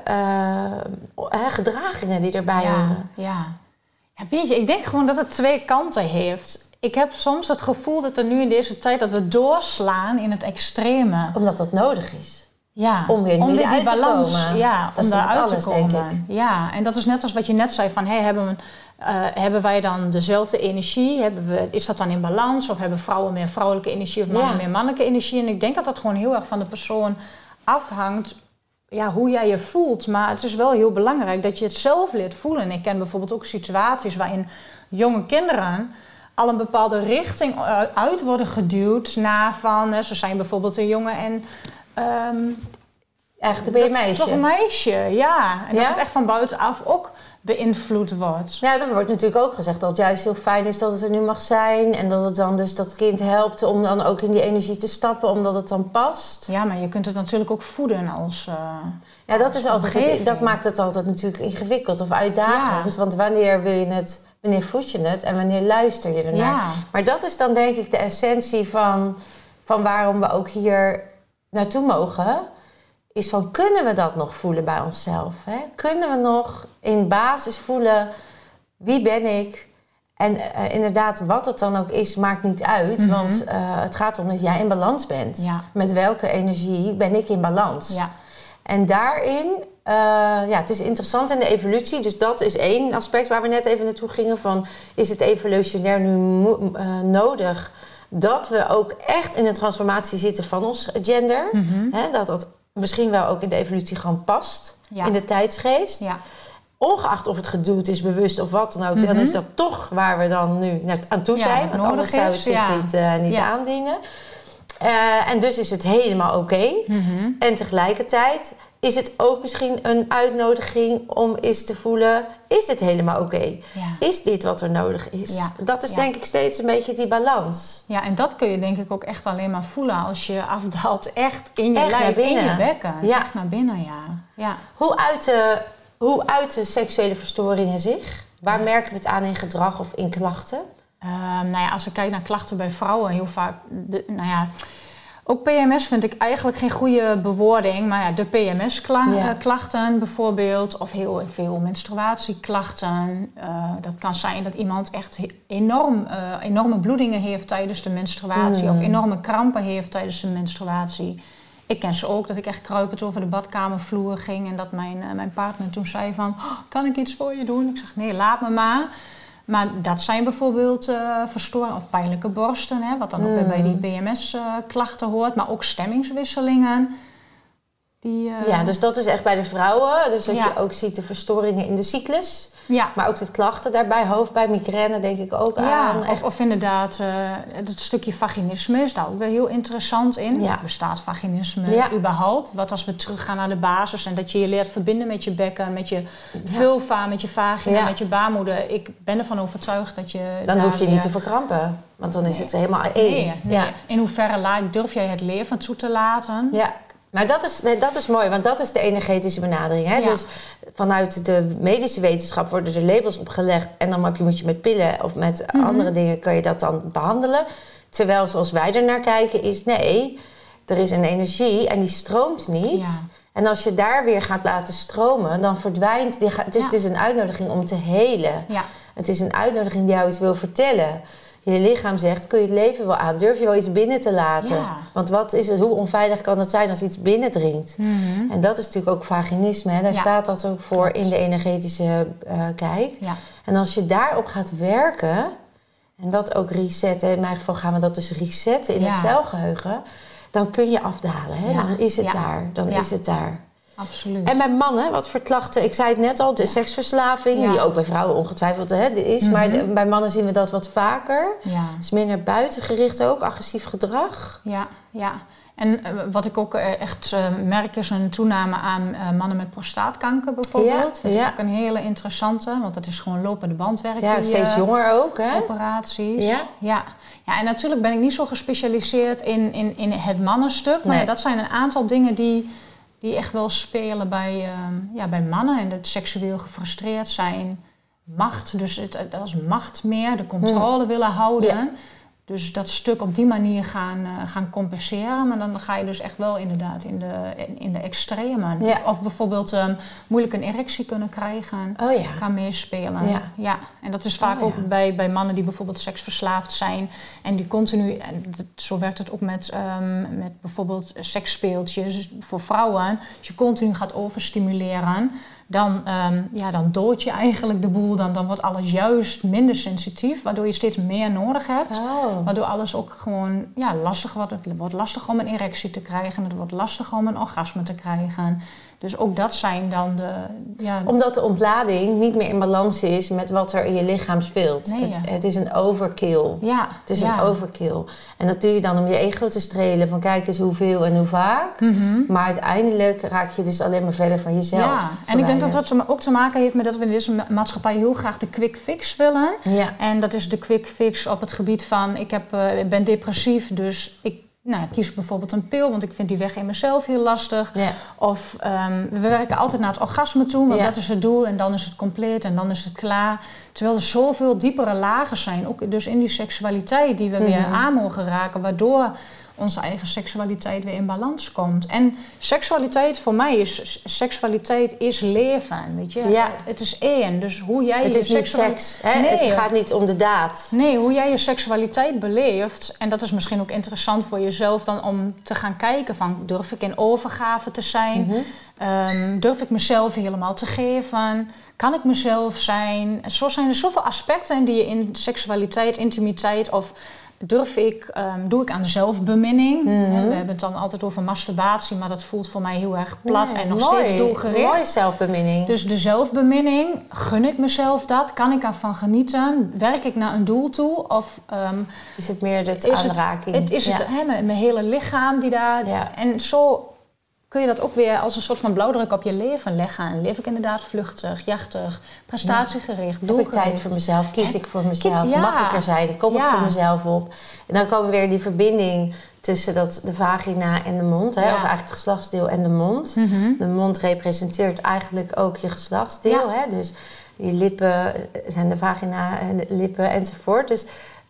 uh, gedragingen die erbij ja, horen. Ja. ja, weet je, ik denk gewoon dat het twee kanten heeft. Ik heb soms het gevoel dat er nu in deze tijd dat we doorslaan in het extreme. Omdat dat nodig is. Ja, om weer om die uit balans. Te komen. Ja, dat om daaruit alles, te komen. Denk ik. Ja, en dat is net als wat je net zei van, hey, hebben, we, uh, hebben wij dan dezelfde energie? Hebben we, is dat dan in balans? Of hebben vrouwen meer vrouwelijke energie of mannen ja. meer mannelijke energie? En ik denk dat dat gewoon heel erg van de persoon afhangt. Ja, hoe jij je voelt. Maar het is wel heel belangrijk dat je het zelf leert voelen. En ik ken bijvoorbeeld ook situaties waarin jonge kinderen al een bepaalde richting uit worden geduwd naar van, hè, ze zijn bijvoorbeeld een jongen en um, echt ben je meisje. Toch een meisje, ja. En ja? dat het echt van buitenaf ook beïnvloed wordt. Ja, dan wordt natuurlijk ook gezegd dat het juist heel fijn is dat het er nu mag zijn. En dat het dan dus dat kind helpt om dan ook in die energie te stappen, omdat het dan past. Ja, maar je kunt het natuurlijk ook voeden als uh, ja, dat, is altijd het, dat maakt het altijd natuurlijk ingewikkeld of uitdagend. Ja. Want wanneer wil je het, wanneer voed je het en wanneer luister je ernaar? Ja. Maar dat is dan denk ik de essentie van, van waarom we ook hier naartoe mogen. Is van, kunnen we dat nog voelen bij onszelf? Hè? Kunnen we nog in basis voelen, wie ben ik? En uh, inderdaad, wat het dan ook is, maakt niet uit. Mm-hmm. Want uh, het gaat om dat jij in balans bent. Ja. Met welke energie ben ik in balans? Ja. En daarin, uh, ja, het is interessant in de evolutie. Dus dat is één aspect waar we net even naartoe gingen. Van, is het evolutionair nu mo- uh, nodig dat we ook echt in een transformatie zitten van ons gender? Mm-hmm. Hè, dat dat misschien wel ook in de evolutie gewoon past. Ja. In de tijdsgeest. Ja. Ongeacht of het gedoe is, bewust of wat dan ook. Mm-hmm. Dan is dat toch waar we dan nu aan toe zijn. Ja, want anders zou het zich ja. niet, uh, niet ja. aandienen. Uh, en dus is het helemaal oké. Okay. Mm-hmm. En tegelijkertijd is het ook misschien een uitnodiging om eens te voelen, is het helemaal oké? Okay? Ja. Is dit wat er nodig is? Ja. Dat is ja. denk ik steeds een beetje die balans. Ja, en dat kun je denk ik ook echt alleen maar voelen als je afdaalt echt in je echt lijf, in je bekken. Ja. Echt naar binnen, ja. ja. Hoe uiten, hoe uiten seksuele verstoringen zich? Waar merken we het aan in gedrag of in klachten? Uh, nou ja, als ik kijk naar klachten bij vrouwen, heel vaak, de, nou ja, ook P M S vind ik eigenlijk geen goede bewoording, maar ja, de P M S-klachten ja. bijvoorbeeld, of heel veel menstruatieklachten. Uh, dat kan zijn dat iemand echt enorm, uh, enorme bloedingen heeft tijdens de menstruatie, mm. of enorme krampen heeft tijdens de menstruatie. Ik ken ze ook, dat ik echt kruipend over de badkamervloer ging en dat mijn, uh, mijn partner toen zei van, oh, kan ik iets voor je doen? Ik zeg, nee, laat me maar. Maar dat zijn bijvoorbeeld uh, verstoringen of pijnlijke borsten, hè, wat dan ook mm. weer bij die P M S-klachten uh, hoort. Maar ook stemmingswisselingen. Die, uh... Ja, dus dat is echt bij de vrouwen. Dus dat ja. je ook ziet de verstoringen in de cyclus. Ja. Maar ook de klachten daarbij, hoofdpijn, migraine denk ik ook ja, aan. Of, of inderdaad, uh, het stukje vaginisme is daar ook weer heel interessant in. Ja. Bestaat vaginisme ja. überhaupt? Wat als we teruggaan naar de basis en dat je je leert verbinden met je bekken, met je vulva, met je vagina, ja. met je baarmoeder. Ik ben ervan overtuigd dat je... Dan hoef je weer... niet te verkrampen, want dan is nee. het helemaal één. Nee, nee. Ja. In hoeverre durf jij het leven toe te laten? Ja. Maar dat is, nee, dat is mooi, want dat is de energetische benadering. Hè? Ja. Dus vanuit de medische wetenschap worden er labels opgelegd en dan moet je met pillen of met mm-hmm. andere dingen kan je dat dan behandelen. Terwijl zoals wij er naar kijken is nee, er is een energie en die stroomt niet. Ja. En als je daar weer gaat laten stromen, dan verdwijnt die. Het is ja. dus een uitnodiging om te helen. Ja. Het is een uitnodiging die jou iets wil vertellen. Je lichaam zegt, kun je het leven wel aan? Durf je wel iets binnen te laten? Ja. Want wat is het, hoe onveilig kan het zijn als iets binnendringt? Mm-hmm. En dat is natuurlijk ook vaginisme. Hè? Daar ja. staat dat ook voor Klopt. in de energetische uh, kijk. Ja. En als je daarop gaat werken, en dat ook resetten, in mijn geval gaan we dat dus resetten in ja. het celgeheugen, dan kun je afdalen. Hè? Ja. Dan is het ja. daar. Dan ja. is het daar. Absoluut. En bij mannen, wat voor klachten? Ik zei het net al, de seksverslaving, ja. die ook bij vrouwen ongetwijfeld hè, is. Mm-hmm. Maar de, bij mannen zien we dat wat vaker. Ja. Het is meer naar buiten gericht ook, agressief gedrag. Ja, ja. En uh, wat ik ook uh, echt uh, merk is een toename aan uh, mannen met prostaatkanker bijvoorbeeld. Ja. Vind ja. ik ook een hele interessante, want dat is gewoon lopende bandwerk. Ja, die, steeds uh, jonger ook, hè? Operaties. Ja. ja. Ja, en natuurlijk ben ik niet zo gespecialiseerd in, in, in het mannenstuk. Maar nee. ja, dat zijn een aantal dingen die... die echt wel spelen bij, uh, ja, bij mannen en dat seksueel gefrustreerd zijn. Macht, dus het, dat is macht meer, de controle mm. willen houden. Ja. Dus dat stuk op die manier gaan, uh, gaan compenseren. Maar dan ga je dus echt wel inderdaad in de, in, in de extremen. Ja. Of bijvoorbeeld um, moeilijk een erectie kunnen krijgen. Oh ja. Gaan meespelen. Ja. ja. En dat is vaak oh, ook ja. bij, bij mannen die bijvoorbeeld seksverslaafd zijn. En die continu, en dat, zo werkt het ook met, um, met bijvoorbeeld seksspeeltjes voor vrouwen. Als je continu gaat overstimuleren, dan, um, ja, dan dood je eigenlijk de boel. Dan, dan wordt alles juist minder sensitief, waardoor je steeds meer nodig hebt. Oh. Waardoor alles ook gewoon ja, lastig wordt. Het wordt lastig om een erectie te krijgen. Het wordt lastig om een orgasme te krijgen. Dus ook dat zijn dan de... Ja, Omdat de ontlading niet meer in balans is met wat er in je lichaam speelt. Nee, ja. het, het is een overkill. Ja, het is ja. een overkill. En dat doe je dan om je ego te strelen. Van kijk eens hoeveel en hoe vaak. Mm-hmm. Maar uiteindelijk raak je dus alleen maar verder van jezelf. Ja, en ik denk dat dat ook te maken heeft met dat we in deze maatschappij heel graag de quick fix willen. Ja. En dat is de quick fix op het gebied van ik heb, uh, ik ben depressief, dus ik... Nou, kies bijvoorbeeld een pil, want ik vind die weg in mezelf heel lastig. Ja. Of um, we werken altijd naar het orgasme toe, want ja. dat is het doel. En dan is het compleet en dan is het klaar. Terwijl er zoveel diepere lagen zijn, ook dus in die seksualiteit die we mm-hmm. weer aan mogen raken. Waardoor onze eigen seksualiteit weer in balans komt. En seksualiteit voor mij is, seksualiteit is leven, weet je. Ja. Het, het is één, dus hoe jij het je is niet seks, hè? Nee. Het gaat niet om de daad. Nee, hoe jij je seksualiteit beleeft, en dat is misschien ook interessant voor jezelf dan om te gaan kijken van, durf ik in overgave te zijn? Mm-hmm. Um, durf ik mezelf helemaal te geven? Kan ik mezelf zijn? Zo zijn er zoveel aspecten die je in seksualiteit, intimiteit of durf ik, um, doe ik aan zelfbeminning. Mm-hmm. We hebben het dan altijd over masturbatie, maar dat voelt voor mij heel erg plat nee, en nog mooi, steeds doelgericht. Mooi zelfbeminning. Dus de zelfbeminning, gun ik mezelf dat? Kan ik ervan genieten? Werk ik naar een doel toe? Of um, is het meer de aanraking? Het, het, is ja. het, hè, mijn, mijn hele lichaam die daar... Ja. En zo kun je dat ook weer als een soort van blauwdruk op je leven leggen. En leef ik inderdaad vluchtig, jachtig, prestatiegericht, ja. doelgericht. Heb ik tijd voor mezelf? Kies ik voor mezelf? Ja. Mag ik er zijn? Kom ja. ik voor mezelf op? En dan komen weer die verbinding tussen dat, de vagina en de mond. Hè? Ja. Of eigenlijk het geslachtsdeel en de mond. Mm-hmm. De mond representeert eigenlijk ook je geslachtsdeel. Ja. Hè? Dus je lippen zijn de vagina en de lippen enzovoort. Dus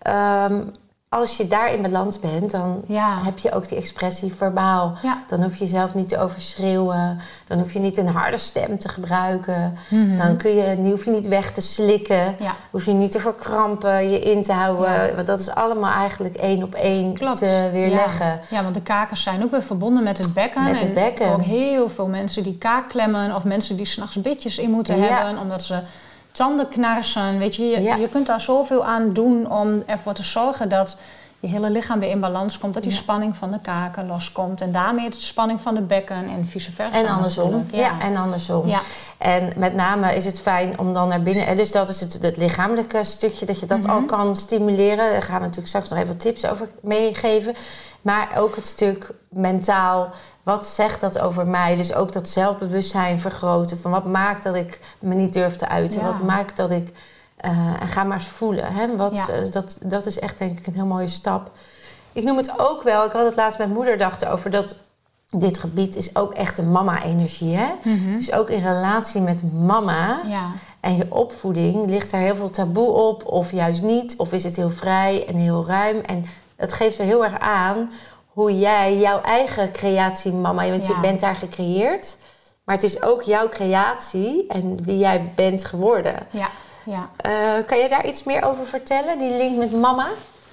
um, als je daar in balans bent, dan ja. heb je ook die expressie verbaal. Ja. Dan hoef je jezelf niet te overschreeuwen. Dan hoef je niet een harde stem te gebruiken. Mm-hmm. Dan kun je, hoef je niet weg te slikken. Ja. Hoef je niet te verkrampen, je in te houden. Ja. Want dat is allemaal eigenlijk één op één Klopt. te weerleggen. Ja. ja, want de kakers zijn ook weer verbonden met het bekken. Met het bekken. En ook heel veel mensen die kaakklemmen of mensen die 's nachts bitjes in moeten ja. hebben, omdat ze tanden knarsen, weet je, je, ja. je kunt daar zoveel aan doen om ervoor te zorgen dat je hele lichaam weer in balans komt. Dat die ja. spanning van de kaken loskomt. En daarmee de spanning van de bekken en vice versa. En andersom. Ja. ja, en andersom. Ja. En met name is het fijn om dan naar binnen... Dus dat is het, het lichamelijke stukje, dat je dat mm-hmm. al kan stimuleren. Daar gaan we natuurlijk straks nog even tips over meegeven. Maar ook het stuk mentaal... Wat zegt dat over mij? Dus ook dat zelfbewustzijn vergroten. Van wat maakt dat ik me niet durf te uiten? Ja. Wat maakt dat ik... Uh, en ga maar eens voelen. Hè? Wat, ja. uh, dat, dat is echt denk ik een heel mooie stap. Ik noem het ook wel... Ik had het laatst met moeder dacht over dat... Dit gebied is ook echt de mama-energie. Hè? Mm-hmm. Dus ook in relatie met mama... Ja. En je opvoeding... ligt er heel veel taboe op. Of juist niet. Of is het heel vrij en heel ruim. En dat geeft er heel erg aan... hoe jij jouw eigen creatie mama... want ja. je bent daar gecreëerd... maar het is ook jouw creatie... en wie jij bent geworden. Ja, ja. Uh, kan je daar iets meer over vertellen? Die link met mama?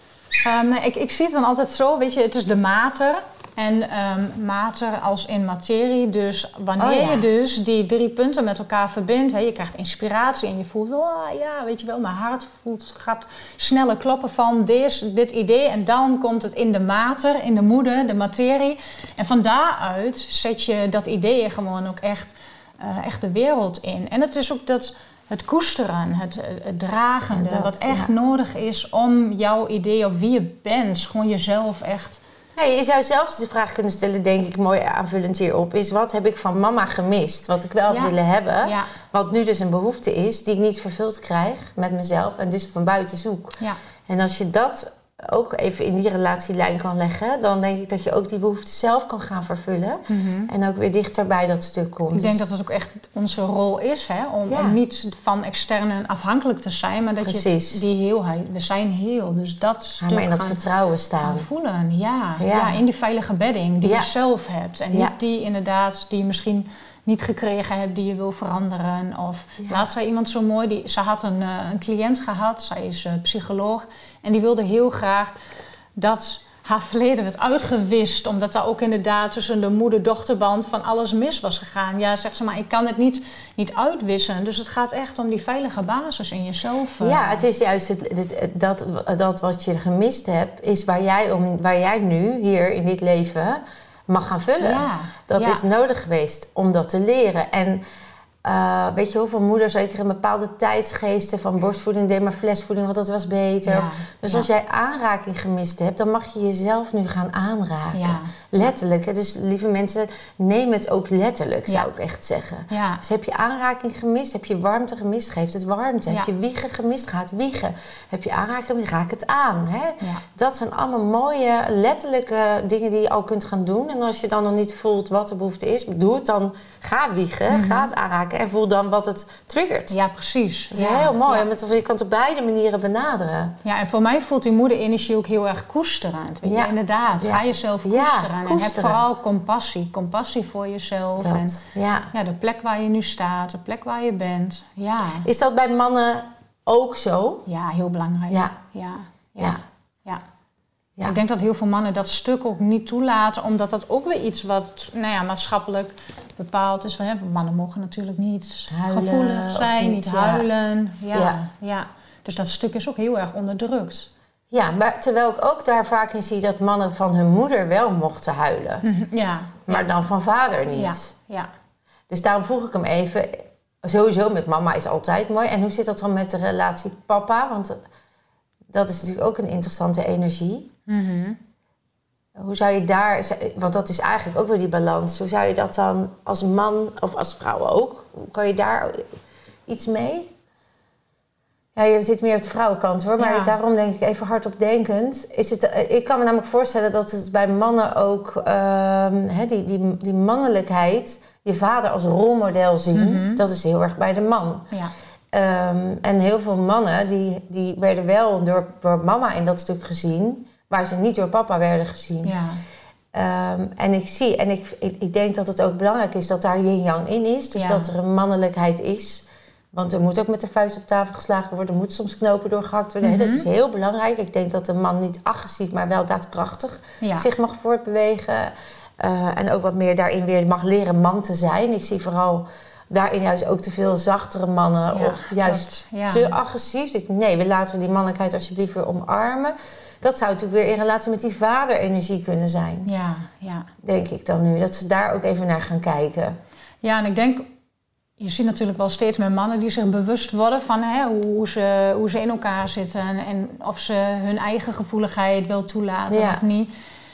Um, nee, ik, ik zie het dan altijd zo... weet je, het is de mater... En um, mater als in materie. Dus wanneer oh, ja. je dus die drie punten met elkaar verbindt... Hè, je krijgt inspiratie en je voelt wel... Ah, ja, weet je wel, mijn hart voelt, gaat sneller kloppen van dit, dit idee. En dan komt het in de mater, in de moeder, de materie. En van daaruit zet je dat idee gewoon ook echt, uh, echt de wereld in. En het is ook dat... Het koesteren, het, het dragende, dat, wat echt ja. nodig is om jouw idee of wie je bent... gewoon jezelf echt... Ja, je zou zelfs de vraag kunnen stellen, denk ik, mooi aanvullend hierop... is wat heb ik van mama gemist? Wat ik wel had ja. willen hebben. Ja. Wat nu dus een behoefte is die ik niet vervuld krijg met mezelf... en dus van buiten zoek. Ja. En als je dat ook even in die relatielijn kan leggen... dan denk ik dat je ook die behoefte zelf kan gaan vervullen... Mm-hmm. en ook weer dichter bij dat stuk komt. Ik denk dat het ook echt onze rol is, hè? Om, ja. om niet van externen afhankelijk te zijn... maar dat Precies. je die heelheid... We zijn heel, dus dat stuk ja, maar in dat vertrouwen staan. Voelen, ja, ja. ja. In die veilige bedding die ja. je zelf hebt. En ja. niet die inderdaad, die je misschien... niet gekregen hebt, die je wil veranderen. Of ja. laatst zei iemand zo mooi, die, ze had een, uh, een cliënt gehad, zij is uh, psycholoog... en die wilde heel graag dat haar verleden werd uitgewist... omdat daar ook inderdaad tussen de moeder-dochterband van alles mis was gegaan. Ja, zegt ze, maar ik kan het niet, niet uitwissen. Dus het gaat echt om die veilige basis in jezelf. Uh. Ja, het is juist het, het, dat, dat wat je gemist hebt... is waar jij, om, waar jij nu, hier in dit leven... mag gaan vullen. Ja, dat ja. is nodig geweest om dat te leren. En uh, weet je hoeveel moeders zeker een bepaalde tijdsgeesten... van borstvoeding deed maar flesvoeding, want dat was beter. Ja, dus ja. als jij aanraking gemist hebt... dan mag je jezelf nu gaan aanraken. Ja. Letterlijk. Dus lieve mensen, neem het ook letterlijk, zou ja. ik echt zeggen. Ja. Dus heb je aanraking gemist, heb je warmte gemist... geef het warmte. Ja. Heb je wiegen gemist, ga het wiegen. Heb je aanraking gemist, raak het aan. Hè? Ja. Dat zijn allemaal mooie, letterlijke dingen die je al kunt gaan doen. En als je dan nog niet voelt wat de behoefte is... doe het dan, ga wiegen, mm-hmm. ga het aanraken... en voel dan wat het triggert. Ja, precies. Dat is ja. heel mooi. Ja. Met, je kan het op beide manieren benaderen. Ja, en voor mij voelt die moederenergie ook heel erg koesterend. Weet je? Ja. Inderdaad, ja. ga jezelf koesteren. Ja, en heb vooral compassie. Compassie voor jezelf. Dat, en ja. Ja, de plek waar je nu staat, de plek waar je bent. Ja. Is dat bij mannen ook zo? Ja, heel belangrijk. Ja. Ja. Ja. Ja. Ja. Ja. Ik denk dat heel veel mannen dat stuk ook niet toelaten... omdat dat ook weer iets wat nou ja, maatschappelijk bepaald is. Van, hè, mannen mogen natuurlijk niet huilen, gevoelig zijn, niet, niet huilen. Ja. Ja. Ja. Ja. Dus dat stuk is ook heel erg onderdrukt. Ja, maar terwijl ik ook daar vaak in zie... dat mannen van hun moeder wel mochten huilen. Ja. Maar ja. dan van vader niet. Ja. Ja. Dus daarom vroeg ik hem even... Sowieso met mama is altijd mooi. En hoe zit dat dan met de relatie papa? Want dat is natuurlijk ook een interessante energie. Mm-hmm. Hoe zou je daar... Want dat is eigenlijk ook weer die balans. Hoe zou je dat dan als man of als vrouw ook... Hoe kan je daar iets mee? Ja, je zit meer op de vrouwenkant hoor. Maar ja. daarom denk ik even hardop denkend. Is het, ik kan me namelijk voorstellen dat het bij mannen ook... Uh, he, die, die, die mannelijkheid... je vader als rolmodel zien... Mm-hmm. dat is heel erg bij de man. Ja. Um, en heel veel mannen die, die werden wel door, door mama in dat stuk gezien... waar ze niet door papa werden gezien. Ja. Um, en ik zie, en ik, ik, ik denk dat het ook belangrijk is dat daar yin-yang in is. Dus ja. dat er een mannelijkheid is. Want er moet ook met de vuist op tafel geslagen worden. Er moet soms knopen doorgehakt worden. Mm-hmm. Dat is heel belangrijk. Ik denk dat een man niet agressief, maar wel daadkrachtig ja. zich mag voortbewegen. Uh, en ook wat meer daarin weer mag leren man te zijn. Ik zie vooral daarin juist ook te veel zachtere mannen... Ja, of juist ja. te agressief. Nee, we laten die mannelijkheid alsjeblieft weer omarmen. Dat zou natuurlijk weer in relatie met die vaderenergie kunnen zijn. Ja, ja. Denk ik dan nu. Dat ze daar ook even naar gaan kijken. Ja, en ik denk... Je ziet natuurlijk wel steeds meer mannen die zich bewust worden van hè, hoe, ze, hoe ze in elkaar zitten. En of ze hun eigen gevoeligheid wil toelaten ja. of niet.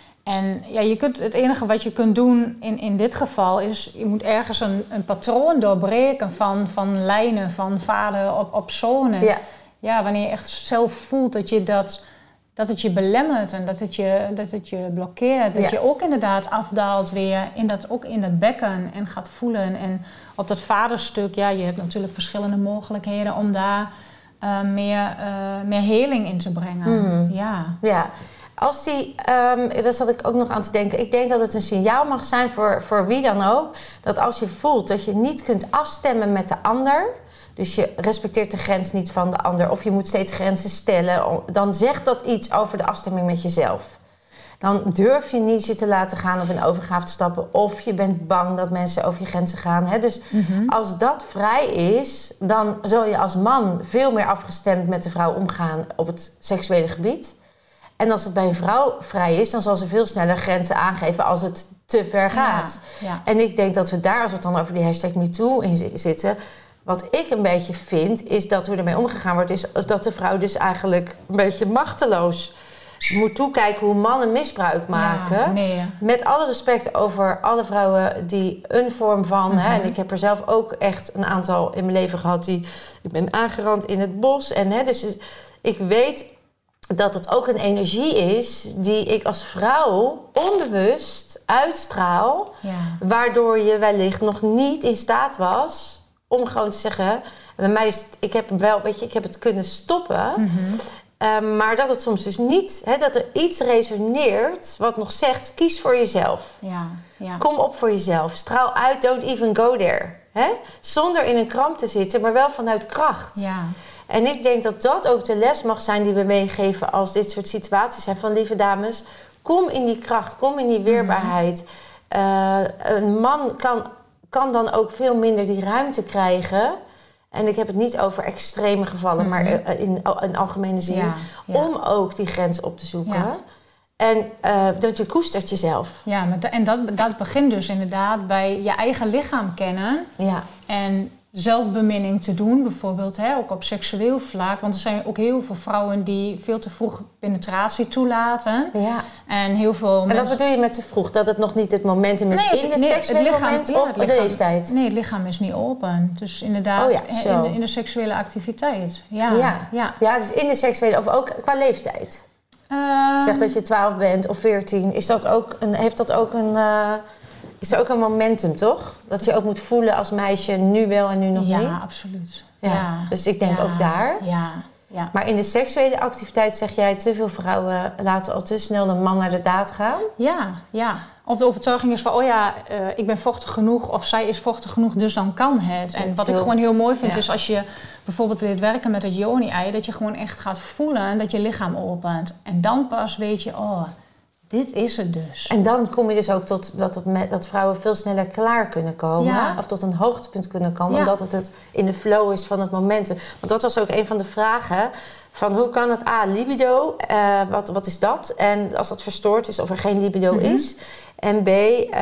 En ja, je kunt, het enige wat je kunt doen in, in dit geval is... Je moet ergens een, een patroon doorbreken van, van lijnen, van vader op, op zoon. En Ja. ja, wanneer je echt zelf voelt dat je dat... Dat het je belemmert en dat het je, dat het je blokkeert. Dat ja. je ook inderdaad afdaalt weer, in dat, ook in dat bekken en gaat voelen. En op dat vaderstuk, ja, je hebt natuurlijk verschillende mogelijkheden om daar uh, meer, uh, meer heling in te brengen. Mm. Ja. Ja. Als die, um, dat zat ik ook nog aan te denken. Ik denk dat het een signaal mag zijn voor, voor wie dan ook. Dat als je voelt dat je niet kunt afstemmen met de ander... Dus je respecteert de grens niet van de ander... of je moet steeds grenzen stellen... dan zegt dat iets over de afstemming met jezelf. Dan durf je niet je te laten gaan of in overgave te stappen... of je bent bang dat mensen over je grenzen gaan. Hè? Dus mm-hmm. als dat vrij is... dan zul je als man veel meer afgestemd met de vrouw omgaan... op het seksuele gebied. En als het bij een vrouw vrij is... dan zal ze veel sneller grenzen aangeven als het te ver gaat. Ja, ja. En ik denk dat we daar, als we het dan over die hashtag MeToo in zitten... Wat ik een beetje vind, is dat hoe ermee omgegaan wordt... is dat de vrouw dus eigenlijk een beetje machteloos moet toekijken... hoe mannen misbruik maken. Ja, nee. Met alle respect over alle vrouwen die een vorm van... Mm-hmm. Hè, en ik heb er zelf ook echt een aantal in mijn leven gehad... die ik ben aangerand in het bos. En, hè, dus ik weet dat het ook een energie is... die ik als vrouw onbewust uitstraal... Ja. waardoor je wellicht nog niet in staat was... om gewoon te zeggen, bij mij is het, ik heb hem wel, weet je, ik heb het kunnen stoppen. Mm-hmm. Um, maar dat het soms dus niet, hè, dat er iets resoneert wat nog zegt, kies voor jezelf. Ja, ja. Kom op voor jezelf. Straal uit, don't even go there. Hè? Zonder in een kramp te zitten, maar wel vanuit kracht. Ja. En ik denk dat dat ook de les mag zijn die we meegeven als dit soort situaties zijn. Van lieve dames, kom in die kracht, kom in die weerbaarheid. Uh, een man kan... kan dan ook veel minder die ruimte krijgen. En ik heb het niet over extreme gevallen... Mm-hmm. maar in, in algemene zin. Ja, ja. Om ook die grens op te zoeken. Ja. En uh, dat je koestert jezelf. Ja, maar en dat, dat begint dus inderdaad bij je eigen lichaam kennen. Ja. En zelfbeminning te doen, bijvoorbeeld, hè, ook op seksueel vlak. Want er zijn ook heel veel vrouwen die veel te vroeg penetratie toelaten. Ja. En heel veel En mensen... wat bedoel je met te vroeg? Dat het nog niet het momentum is Nee, in het- het nee, seksuele het lichaam- moment ja, of het de lichaam- leeftijd? Nee, het lichaam is niet open. Dus inderdaad, Oh ja, hè, zo. in, de, in de seksuele activiteit. Ja, Ja. ja. Ja, dus in de seksuele, of ook qua leeftijd. Ehm, Zeg dat je twaalf bent of veertien. Is dat ook een, heeft dat ook een... Uh, is er ook een momentum, toch? Dat je ook moet voelen als meisje nu wel en nu nog ja, niet? absoluut. Ja, Ja. dus ik denk Ja, ook daar. Ja, ja. Maar in de seksuele activiteit zeg jij... te veel vrouwen laten al te snel de man naar de daad gaan. Ja, ja. Of de overtuiging is van, oh ja, uh, ik ben vochtig genoeg of zij is vochtig genoeg, dus dan kan het. En Dat wat heel- ik gewoon heel mooi vind ja. is als je bijvoorbeeld dit werken met het yoni-ei, dat je gewoon echt gaat voelen dat je lichaam opent. En dan pas weet je, oh, dit is het dus. En dan kom je dus ook tot dat, het met, dat vrouwen veel sneller klaar kunnen komen. Ja. Of tot een hoogtepunt kunnen komen. Ja. Omdat het, het in de flow is van het momentum. Want dat was ook een van de vragen. Van hoe kan het A, libido, uh, wat, wat is dat? En als dat verstoord is of er geen libido Mm-hmm. is. En B,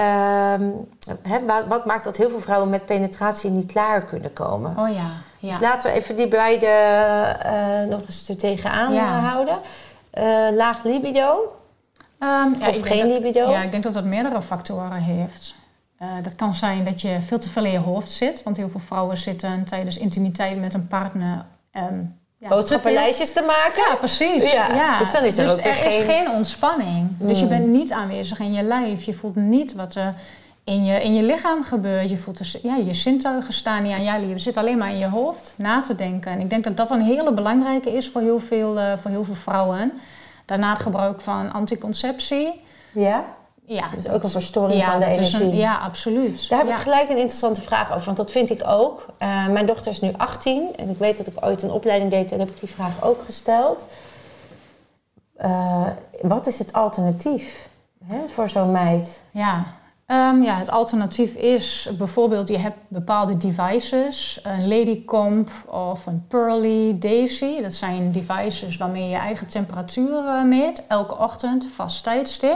um, hè, wat, wat maakt dat heel veel vrouwen met penetratie niet klaar kunnen komen? Oh ja, ja. Dus laten we even die beide uh, nog eens er tegenaan Ja. uh, houden. Uh, laag libido. Um, ja, Of ik denk geen dat- libido? Ja, ik denk dat dat meerdere factoren heeft. Uh, dat kan zijn dat je veel te veel in je hoofd zit. Want heel veel vrouwen zitten tijdens intimiteit met een partner... Um, ja, Boodschappenlijstjes te maken? Ja, precies. Ja, Ja. dus dan is er ook weer er geen- is geen ontspanning. Dus je Mm. bent niet aanwezig in je lijf. Je voelt niet wat er in je, in je lichaam gebeurt. Je voelt er, ja, je zintuigen staan niet aan jou. Je zit alleen maar in je hoofd na te denken. En ik denk dat dat een hele belangrijke is voor heel veel, uh, voor heel veel vrouwen. Daarna het gebruik van anticonceptie. Ja? Ja, Dat is ook een verstoring ja, van de dat is energie. een- ja, absoluut. Daar heb ja. ik gelijk een interessante vraag over, want dat vind ik ook. Uh, mijn dochter is nu achttien en ik weet dat ik ooit een opleiding deed en heb ik die vraag ook gesteld. Uh, wat is het alternatief hè, voor zo'n meid? Ja, Um, ja, het alternatief is bijvoorbeeld, je hebt bepaalde devices, een Ladycomp of een Pearly Daisy. Dat zijn devices waarmee je je eigen temperatuur uh, meet, elke ochtend, vast tijdstip.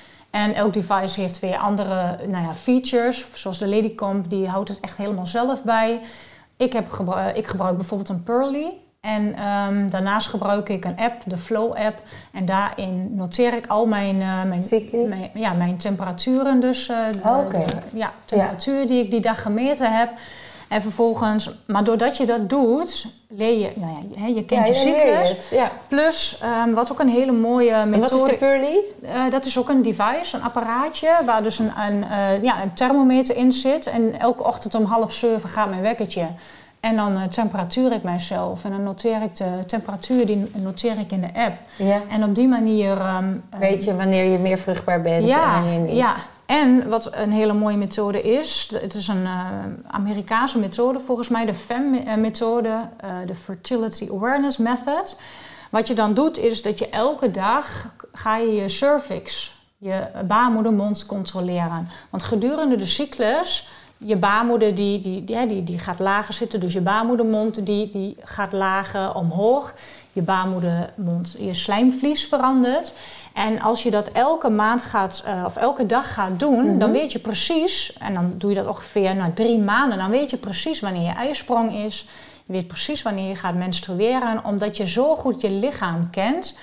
En elk device heeft weer andere nou ja, features, zoals de Ladycomp, die houdt het echt helemaal zelf bij. Ik, heb gebru- ik gebruik bijvoorbeeld een Pearly. En um, daarnaast gebruik ik een app, de Flow app. En daarin noteer ik al mijn, uh, mijn, mijn, ja, mijn temperaturen. Dus uh, de, oh, okay. de ja, temperatuur ja. die ik die dag gemeten heb. En vervolgens, maar doordat je dat doet, leer je, nou ja, je kent ja, je cyclus. Je ja. Plus, um, wat ook een hele mooie methode... En wat is de Pearly? Uh, dat is ook een device, een apparaatje, waar dus een, een, uh, ja, een thermometer in zit. En elke ochtend om half zeven gaat mijn wekkertje. En dan uh, temperatuur ik mijzelf. En dan noteer ik de temperatuur, die noteer ik in de app. Ja. En op die manier... Um, weet je wanneer je meer vruchtbaar bent ja, en wanneer niet. Ja, en wat een hele mooie methode is... Het is een uh, Amerikaanse methode, volgens mij de F E M-methode. Uh, de Fertility Awareness Method. Wat je dan doet, is dat je elke dag... ga je je cervix, je baarmoedermond controleren. Want gedurende de cyclus... Je baarmoeder die, die, die, die, die gaat lager zitten, dus je baarmoedermond die, die gaat lager omhoog. Je baarmoedermond, je slijmvlies verandert. En als je dat elke maand gaat, uh, of elke dag gaat doen, mm-hmm. dan weet je precies, en dan doe je dat ongeveer na drie maanden, dan weet je precies wanneer je ijsprong is. Je weet precies wanneer je gaat menstrueren, omdat je zo goed je lichaam kent.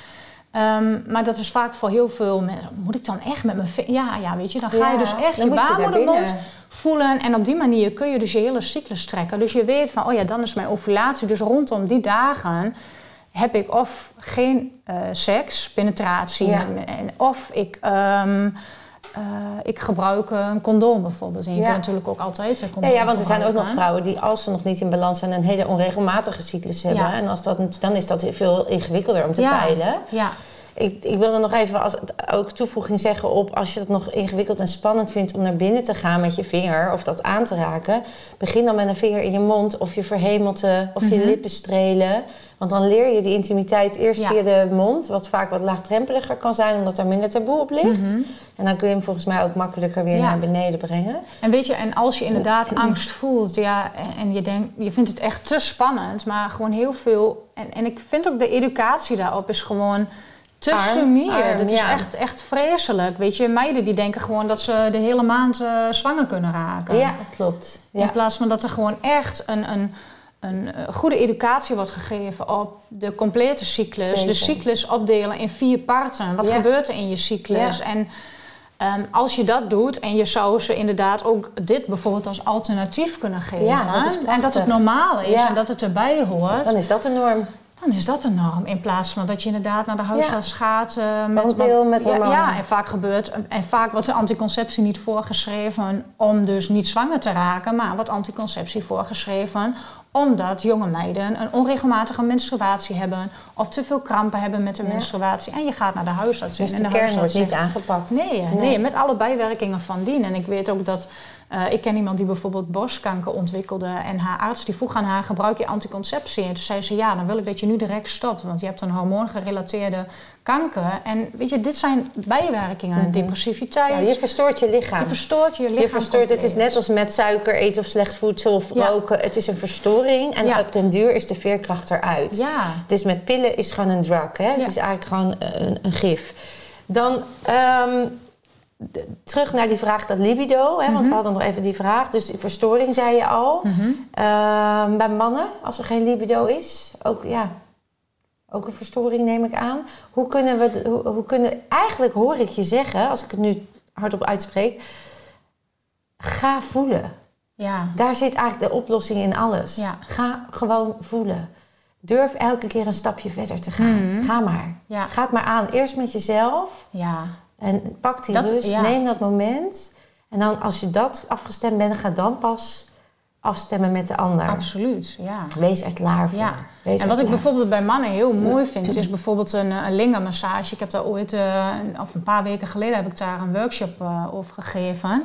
Um, maar dat is vaak voor heel veel mensen, moet ik dan echt met mijn vinger? Ja, ja, weet je, dan ga ja, je dus echt je baarmoedermond voelen. En op die manier kun je dus je hele cyclus trekken. Dus je weet van, oh ja, dan is mijn ovulatie. Dus rondom die dagen heb ik of geen uh, seks, penetratie. Ja. Met, of ik, um, uh, ik gebruik een condoom bijvoorbeeld. En je ja. kunt natuurlijk ook altijd een condoom ja, ja, want er zijn ook nog vrouwen die, als ze nog niet in balans zijn, een hele onregelmatige cyclus hebben. Ja. En als dat, dan is dat veel ingewikkelder om te ja. peilen. Ja. Ik, ik wilde nog even als, ook toevoeging zeggen op... als je het nog ingewikkeld en spannend vindt om naar binnen te gaan met je vinger... of dat aan te raken... begin dan met een vinger in je mond of je verhemelte of mm-hmm. je lippen strelen. Want dan leer je die intimiteit eerst ja. via de mond... wat vaak wat laagdrempeliger kan zijn omdat er minder taboe op ligt. Mm-hmm. En dan kun je hem volgens mij ook makkelijker weer ja. naar beneden brengen. En weet je, en als je inderdaad angst voelt... ja, en, en je denkt, je vindt het echt te spannend... maar gewoon heel veel... en, en ik vind ook de educatie daarop is gewoon... te sumier. Dat is ja. echt, echt vreselijk. Weet je, meiden die denken gewoon dat ze de hele maand uh, zwanger kunnen raken. Ja, klopt. Ja. In plaats van dat er gewoon echt een, een, een goede educatie wordt gegeven op de complete cyclus. Zeker. De cyclus opdelen in vier parten. Wat ja. gebeurt er in je cyclus? Ja. En um, als je dat doet en je zou ze inderdaad ook dit bijvoorbeeld als alternatief kunnen geven. Ja, dat is en dat het normaal is ja. en dat het erbij hoort. Dan is dat de norm. Dan is dat een norm. In plaats van dat je inderdaad naar de huisarts ja. gaat. Uh, met pil, met hormonen. Ja, ja, en vaak gebeurt... En vaak wordt de anticonceptie niet voorgeschreven om dus niet zwanger te raken. Maar wordt anticonceptie voorgeschreven omdat jonge meiden een onregelmatige menstruatie hebben. Of te veel krampen hebben met de ja. menstruatie. En je gaat naar de huisarts. Dus en de, de kern wordt niet aangepakt. Nee, nee, nee, met alle bijwerkingen van dien. En ik weet ook dat... Uh, ik ken iemand die bijvoorbeeld borstkanker ontwikkelde en haar arts die vroeg aan haar, gebruik je anticonceptie? En toen zei ze, ja, dan wil ik dat je nu direct stopt, want je hebt een hormoongerelateerde kanker. En weet je, dit zijn bijwerkingen, mm-hmm. depressiviteit. Ja, je verstoort je lichaam. Je verstoort je lichaam. Je verstoort, het is net als met suiker eten of slecht voedsel of ja. roken. Het is een verstoring en ja. op den duur is de veerkracht eruit. Ja. Het is met pillen is gewoon een drug, hè? Het ja. is eigenlijk gewoon een, een gif. Dan... Um, De, terug naar die vraag, dat libido, hè, mm-hmm. want we hadden nog even die vraag. Dus die verstoring zei je al. Mm-hmm. Uh, bij mannen, als er geen libido is, ook, ja, ook een verstoring neem ik aan. Hoe kunnen we, hoe, hoe kunnen, eigenlijk hoor ik je zeggen, als ik het nu hardop uitspreek, ga voelen. Ja. Daar zit eigenlijk de oplossing in alles. Ja. Ga gewoon voelen. Durf elke keer een stapje verder te gaan. Mm-hmm. Ga maar. Ja. Ga het maar aan. Eerst met jezelf. Ja. En pak die dat, rust, ja. neem dat moment. En dan als je dat afgestemd bent, ga dan pas afstemmen met de ander. Absoluut, ja. Wees er klaar voor. Ja. Wees en wat ik klaar. bijvoorbeeld bij mannen heel mooi vind, is bijvoorbeeld een, een lingermassage. Ik heb daar ooit, uh, of een paar weken geleden, heb ik daar een workshop uh, over gegeven.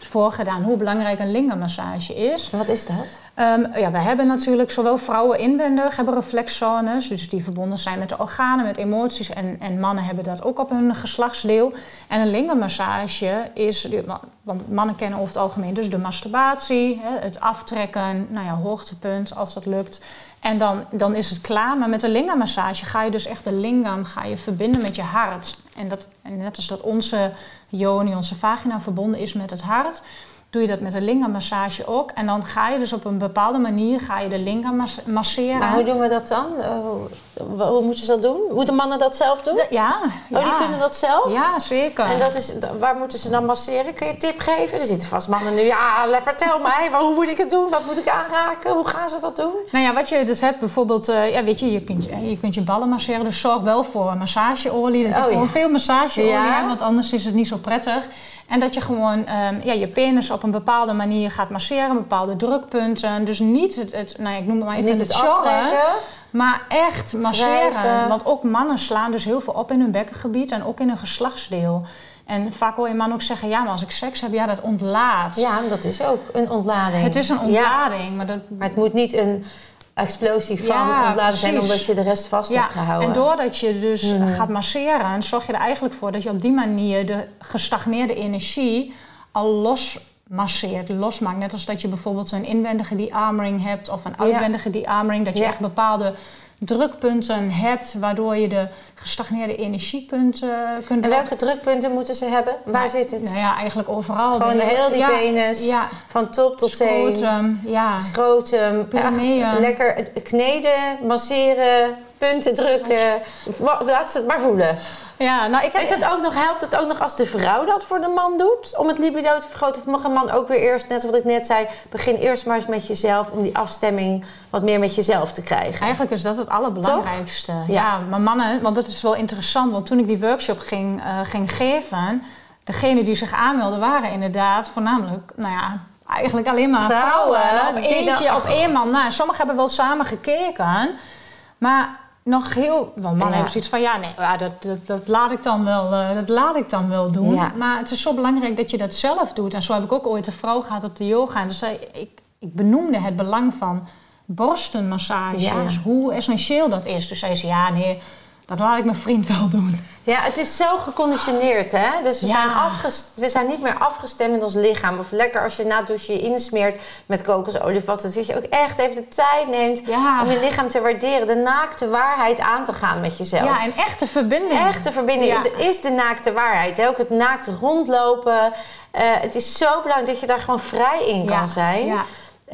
voorgedaan hoe belangrijk een lingamassage is. Wat is dat? Um, ja, wij hebben natuurlijk zowel vrouwen inwendig hebben reflexzones, dus die verbonden zijn met de organen, met emoties. En, en mannen hebben dat ook op hun geslachtsdeel. En een lingamassage is, want mannen kennen over het algemeen dus de masturbatie, het aftrekken, nou ja, hoogtepunt als dat lukt. En dan, dan is het klaar. Maar met de lingamassage ga je dus echt de lingam ga je verbinden met je hart. En, dat, en net als dat onze yoni, onze vagina verbonden is met het hart, doe je dat met een lingamassage ook. En dan ga je dus op een bepaalde manier ga je de lingam mas- masseren. Maar hoe doen we dat dan? Uh, hoe, hoe moeten ze dat doen? Moeten mannen dat zelf doen? De, ja, ja. Oh, die kunnen dat zelf? Ja, zeker. En dat is, waar moeten ze dan masseren? Kun je een tip geven? Er zitten vast mannen nu. Ja, vertel mij. Maar hoe moet ik het doen? Wat moet ik aanraken? Hoe gaan ze dat doen? Nou ja, wat je dus hebt bijvoorbeeld... Uh, ja, weet je, je kunt, je kunt je ballen masseren. Dus zorg wel voor massageolie. Dat je oh, gewoon ja. veel massageolie ja. hebt. Want anders is het niet zo prettig. En dat je gewoon um, ja, je penis op een bepaalde manier gaat masseren. Bepaalde drukpunten. Dus niet het, het nou ja, ik noem het maar even niet het, het sjorren. Maar echt masseren. Wrijven. Want ook mannen slaan dus heel veel op in hun bekkengebied. En ook in hun geslachtsdeel. En vaak hoor je mannen ook zeggen, ja, maar als ik seks heb, ja, dat ontlaat. Ja, dat is ook een ontlading. Het is een ontlading. Ja. Maar, dat... maar het moet niet een explosie van ja, ontladen zijn, precies. omdat je de rest vast ja, hebt gehouden. En doordat je dus hmm. gaat masseren, zorg je er eigenlijk voor dat je op die manier de gestagneerde energie al los masseert, losmaakt. Net als dat je bijvoorbeeld een inwendige de-armoring hebt of een uitwendige ja. de-armoring, dat je ja. echt bepaalde drukpunten hebt, waardoor je de gestagneerde energie kunt... Uh, kunt en welke drukpunten moeten ze hebben? Waar nou, zit het? Nou ja, eigenlijk overal. Gewoon de, heel die ja, penis, ja. van top tot teen. Scrotum, ja. Scrotum. Echt lekker kneden, masseren, punten drukken. Ja. Laat ze het maar voelen. Ja, nou, ik heb... Is het ook nog, helpt het ook nog als de vrouw dat voor de man doet? Om het libido te vergroten? Of mag een man ook weer eerst, net zoals ik net zei, begin eerst maar eens met jezelf om die afstemming wat meer met jezelf te krijgen? Eigenlijk is dat het allerbelangrijkste. Ja. ja, maar mannen, want dat is wel interessant, want toen ik die workshop ging, uh, ging geven, degenen die zich aanmelden waren inderdaad voornamelijk, nou ja, eigenlijk alleen maar vrouwen. vrouwen op eentje, dan... op één man. Nou, sommigen hebben wel samen gekeken, maar... Nog heel... Want mannen ja. hebben zoiets van... Ja, nee, ja, dat, dat, dat, laat ik dan wel, uh, dat laat ik dan wel doen. Ja. Maar het is zo belangrijk dat je dat zelf doet. En zo heb ik ook ooit een vrouw gehad op de yoga. En dus zei, ik, ik benoemde het belang van borstenmassages. Ja. Hoe essentieel dat is. Dus zei ze... Ja, nee, dat laat ik mijn vriend wel doen. Ja, het is zo geconditioneerd, hè? Dus we, ja. zijn afgest- we zijn niet meer afgestemd met ons lichaam. Of lekker als je na het douchen je insmeert met kokosolie of wat. Dat je ook echt even de tijd neemt ja. om je lichaam te waarderen. De naakte waarheid aan te gaan met jezelf. Ja, en echte verbinding. Echte verbinding. Ja. Het is de naakte waarheid. Hè? Ook het naakt rondlopen. Uh, het is zo belangrijk dat je daar gewoon vrij in kan ja. zijn. Ja.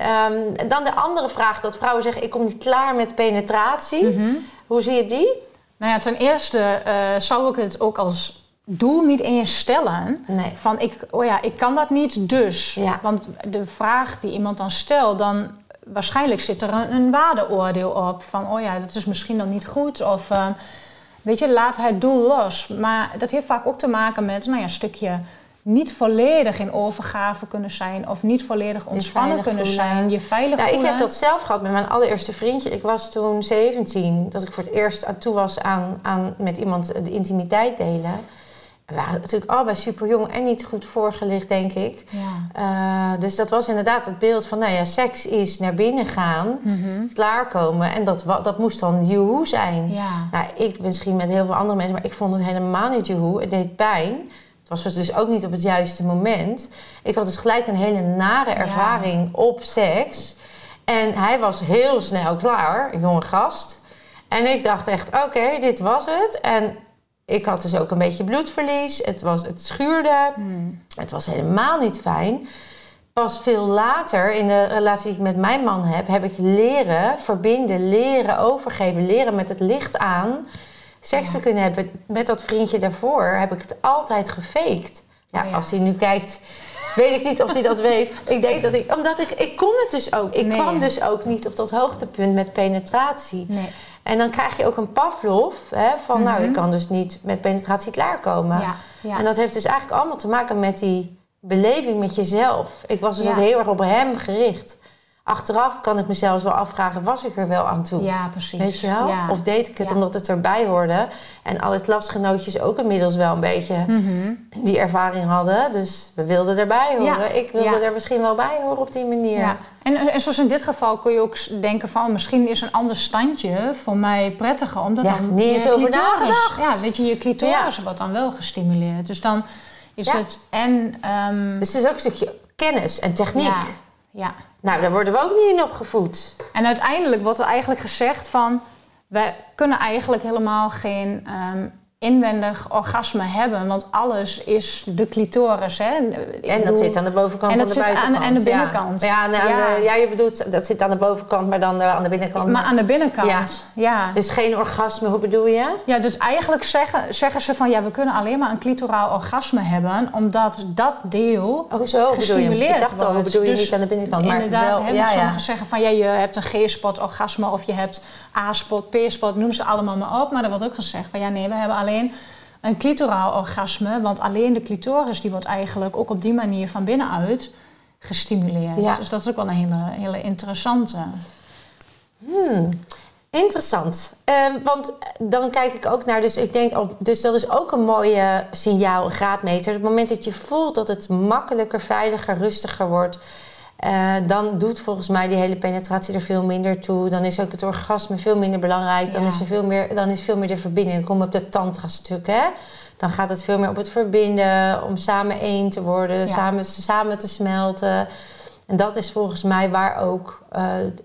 Um, dan de andere vraag dat vrouwen zeggen... ik kom niet klaar met penetratie. Mm-hmm. Hoe zie je die? Nou ja, ten eerste uh, zou ik het ook als doel niet eens stellen. Nee. Van, ik, oh ja, ik kan dat niet, dus. Ja. Want de vraag die iemand dan stelt, dan waarschijnlijk zit er een, een waardeoordeel op. Van, oh ja, dat is misschien dan niet goed. Of, uh, weet je, laat het doel los. Maar dat heeft vaak ook te maken met, nou ja, een stukje... niet volledig in overgave kunnen zijn... of niet volledig ontspannen kunnen voelen. zijn. Je veilig ja, voelen. Ik heb dat zelf gehad met mijn allereerste vriendje. Ik was toen zeventien. Dat ik voor het eerst aan toe was aan, aan met iemand de intimiteit delen. We waren natuurlijk allebei super jong en niet goed voorgelicht, denk ik. Ja. Uh, dus dat was inderdaad het beeld van... nou ja, seks is naar binnen gaan, mm-hmm. klaarkomen... en dat, dat moest dan joehoe zijn. Ja. Nou, ik misschien met heel veel andere mensen... maar ik vond het helemaal niet joehoe. Het deed pijn... Het was dus ook niet op het juiste moment. Ik had dus gelijk een hele nare ervaring ja. op seks. En hij was heel snel klaar, een jonge gast. En ik dacht echt, oké, okay, dit was het. En ik had dus ook een beetje bloedverlies. Het, was, het schuurde. Hmm. Het was helemaal niet fijn. Pas veel later, in de relatie die ik met mijn man heb... heb ik leren verbinden, leren overgeven, leren met het licht aan... seks ja. te kunnen hebben. Met dat vriendje daarvoor heb ik het altijd gefaked. Ja, oh ja. Als hij nu kijkt, weet ik niet of hij dat weet. Ik denk dat ik, omdat ik, ik kon het dus ook. Ik nee. kwam dus ook niet op dat hoogtepunt met penetratie. Nee. En dan krijg je ook een Pavlov, hè, van mm-hmm. nou, ik kan dus niet met penetratie klaarkomen. Ja. Ja. En dat heeft dus eigenlijk allemaal te maken met die beleving met jezelf. Ik was dus ja. ook heel erg op hem gericht. achteraf kan ik mezelf wel afvragen, was ik er wel aan toe? Ja, precies. Weet je wel? Ja. Of deed ik het ja. omdat het erbij hoorde? En alle klasgenootjes ook inmiddels wel een beetje Mm-hmm. die ervaring hadden. Dus we wilden erbij horen. Ja. Ik wilde Ja. er misschien wel bij horen op die manier. Ja. En, en zoals in dit geval kun je ook denken van... misschien is een ander standje voor mij prettiger. Omdat Ja, dan niet eens je over clitoris- nagedacht. Ja, weet je, je clitoris Ja. wordt dan wel gestimuleerd. Dus dan is Ja. het en... ehm, Dus het is ook een stukje kennis en techniek. ja, ja. Nou, daar worden we ook niet in opgevoed. En uiteindelijk wordt er eigenlijk gezegd van... wij kunnen eigenlijk helemaal geen ehm, inwendig orgasme hebben. Want alles is de clitoris. Hè? Ik En dat bedoel- zit aan de bovenkant en en dat de zit aan- buitenkant. en de ja. binnenkant. Ja, nou, aan Ja. de- ja, je bedoelt, dat zit aan de bovenkant, maar dan eh, aan de binnenkant. Maar aan de binnenkant, Ja. ja. Dus geen orgasme, hoe bedoel je? Ja, dus eigenlijk zeggen, zeggen ze van... ja, we kunnen alleen maar een clitoraal orgasme hebben... omdat dat deel Oh, zo bedoel je. gestimuleerd Ik dacht al, hoe wordt. bedoel je Dus niet aan de binnenkant? Maar inderdaad, wel, hè, ja, ja. sommigen zeggen van... ja, je hebt een G-spot orgasme of je hebt A-spot, P-spot... noem ze allemaal maar op. Maar er wordt ook gezegd van... ja, nee, we hebben alleen een clitoraal orgasme... want alleen de clitoris die wordt eigenlijk ook op die manier van binnenuit gestimuleerd. Ja. Dus dat is ook wel een hele, hele interessante. Hmm, interessant. Eh, want dan kijk ik ook naar, dus ik denk, oh, dus dat is ook een mooie signaal, een graadmeter. Op het moment dat je voelt dat het makkelijker, veiliger, rustiger wordt, uh, dan doet volgens mij die hele penetratie er veel minder toe. Dan is ook het orgasme veel minder belangrijk. Dan Ja. is er veel meer, dan is veel meer de verbinding. Dan komen we op de tantra-stuk, hè? Dan gaat het veel meer op het verbinden, om samen één te worden, Ja. samen, samen te smelten. En dat is volgens mij waar ook, uh,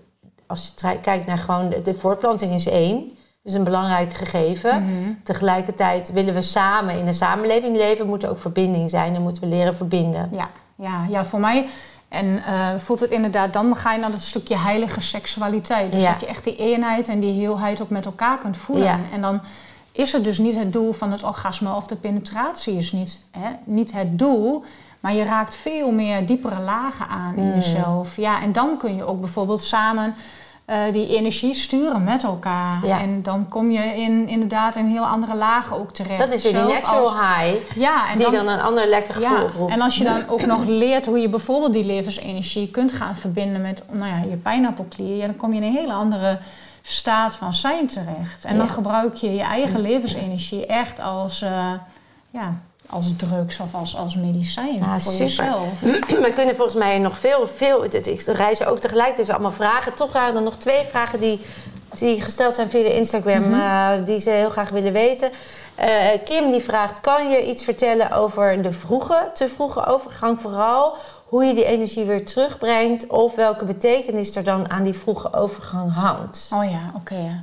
als je tra- kijkt naar gewoon, de, de voortplanting is één. Dus een belangrijk gegeven. Mm-hmm. Tegelijkertijd willen we samen in een samenleving leven, moet er ook verbinding zijn. Dan moeten we leren verbinden. Ja, ja, ja, voor mij... En uh, voelt het inderdaad, dan ga je naar dat stukje heilige seksualiteit. Dus Ja. dat je echt die eenheid en die heelheid ook met elkaar kunt voelen. Ja. En dan is het dus niet het doel van het orgasme of de penetratie is niet, hè, niet het doel. Maar je raakt veel meer diepere lagen aan in Mm. jezelf. Ja, en dan kun je ook bijvoorbeeld samen uh, die energie sturen met elkaar. Ja. En dan kom je in, inderdaad in heel andere lagen ook terecht. Dat is weer die Zelf natural als- high, Ja, en die dan, een ander lekker gevoel ja, oproept. en als je dan ook nog leert hoe je bijvoorbeeld die levensenergie kunt gaan verbinden met nou ja, je pijnappelklier, ja, dan kom je in een hele andere staat van zijn terecht. En dan Ja. gebruik je je eigen levensenergie echt als, uh, ja, als drugs of als, als medicijn Ja, voor super. jezelf. We kunnen volgens mij nog veel, veel... het- het- Ik reis ook tegelijk, dus allemaal vragen. Toch waren er nog twee vragen die, die gesteld zijn via de Instagram, Mhm. uh, die ze heel graag willen weten. Uh, Kim die vraagt, kan je iets vertellen over de vroege, te vroege overgang vooral? Hoe je die energie weer terugbrengt of welke betekenis er dan aan die vroege overgang hangt? Oh ja, oké. ja.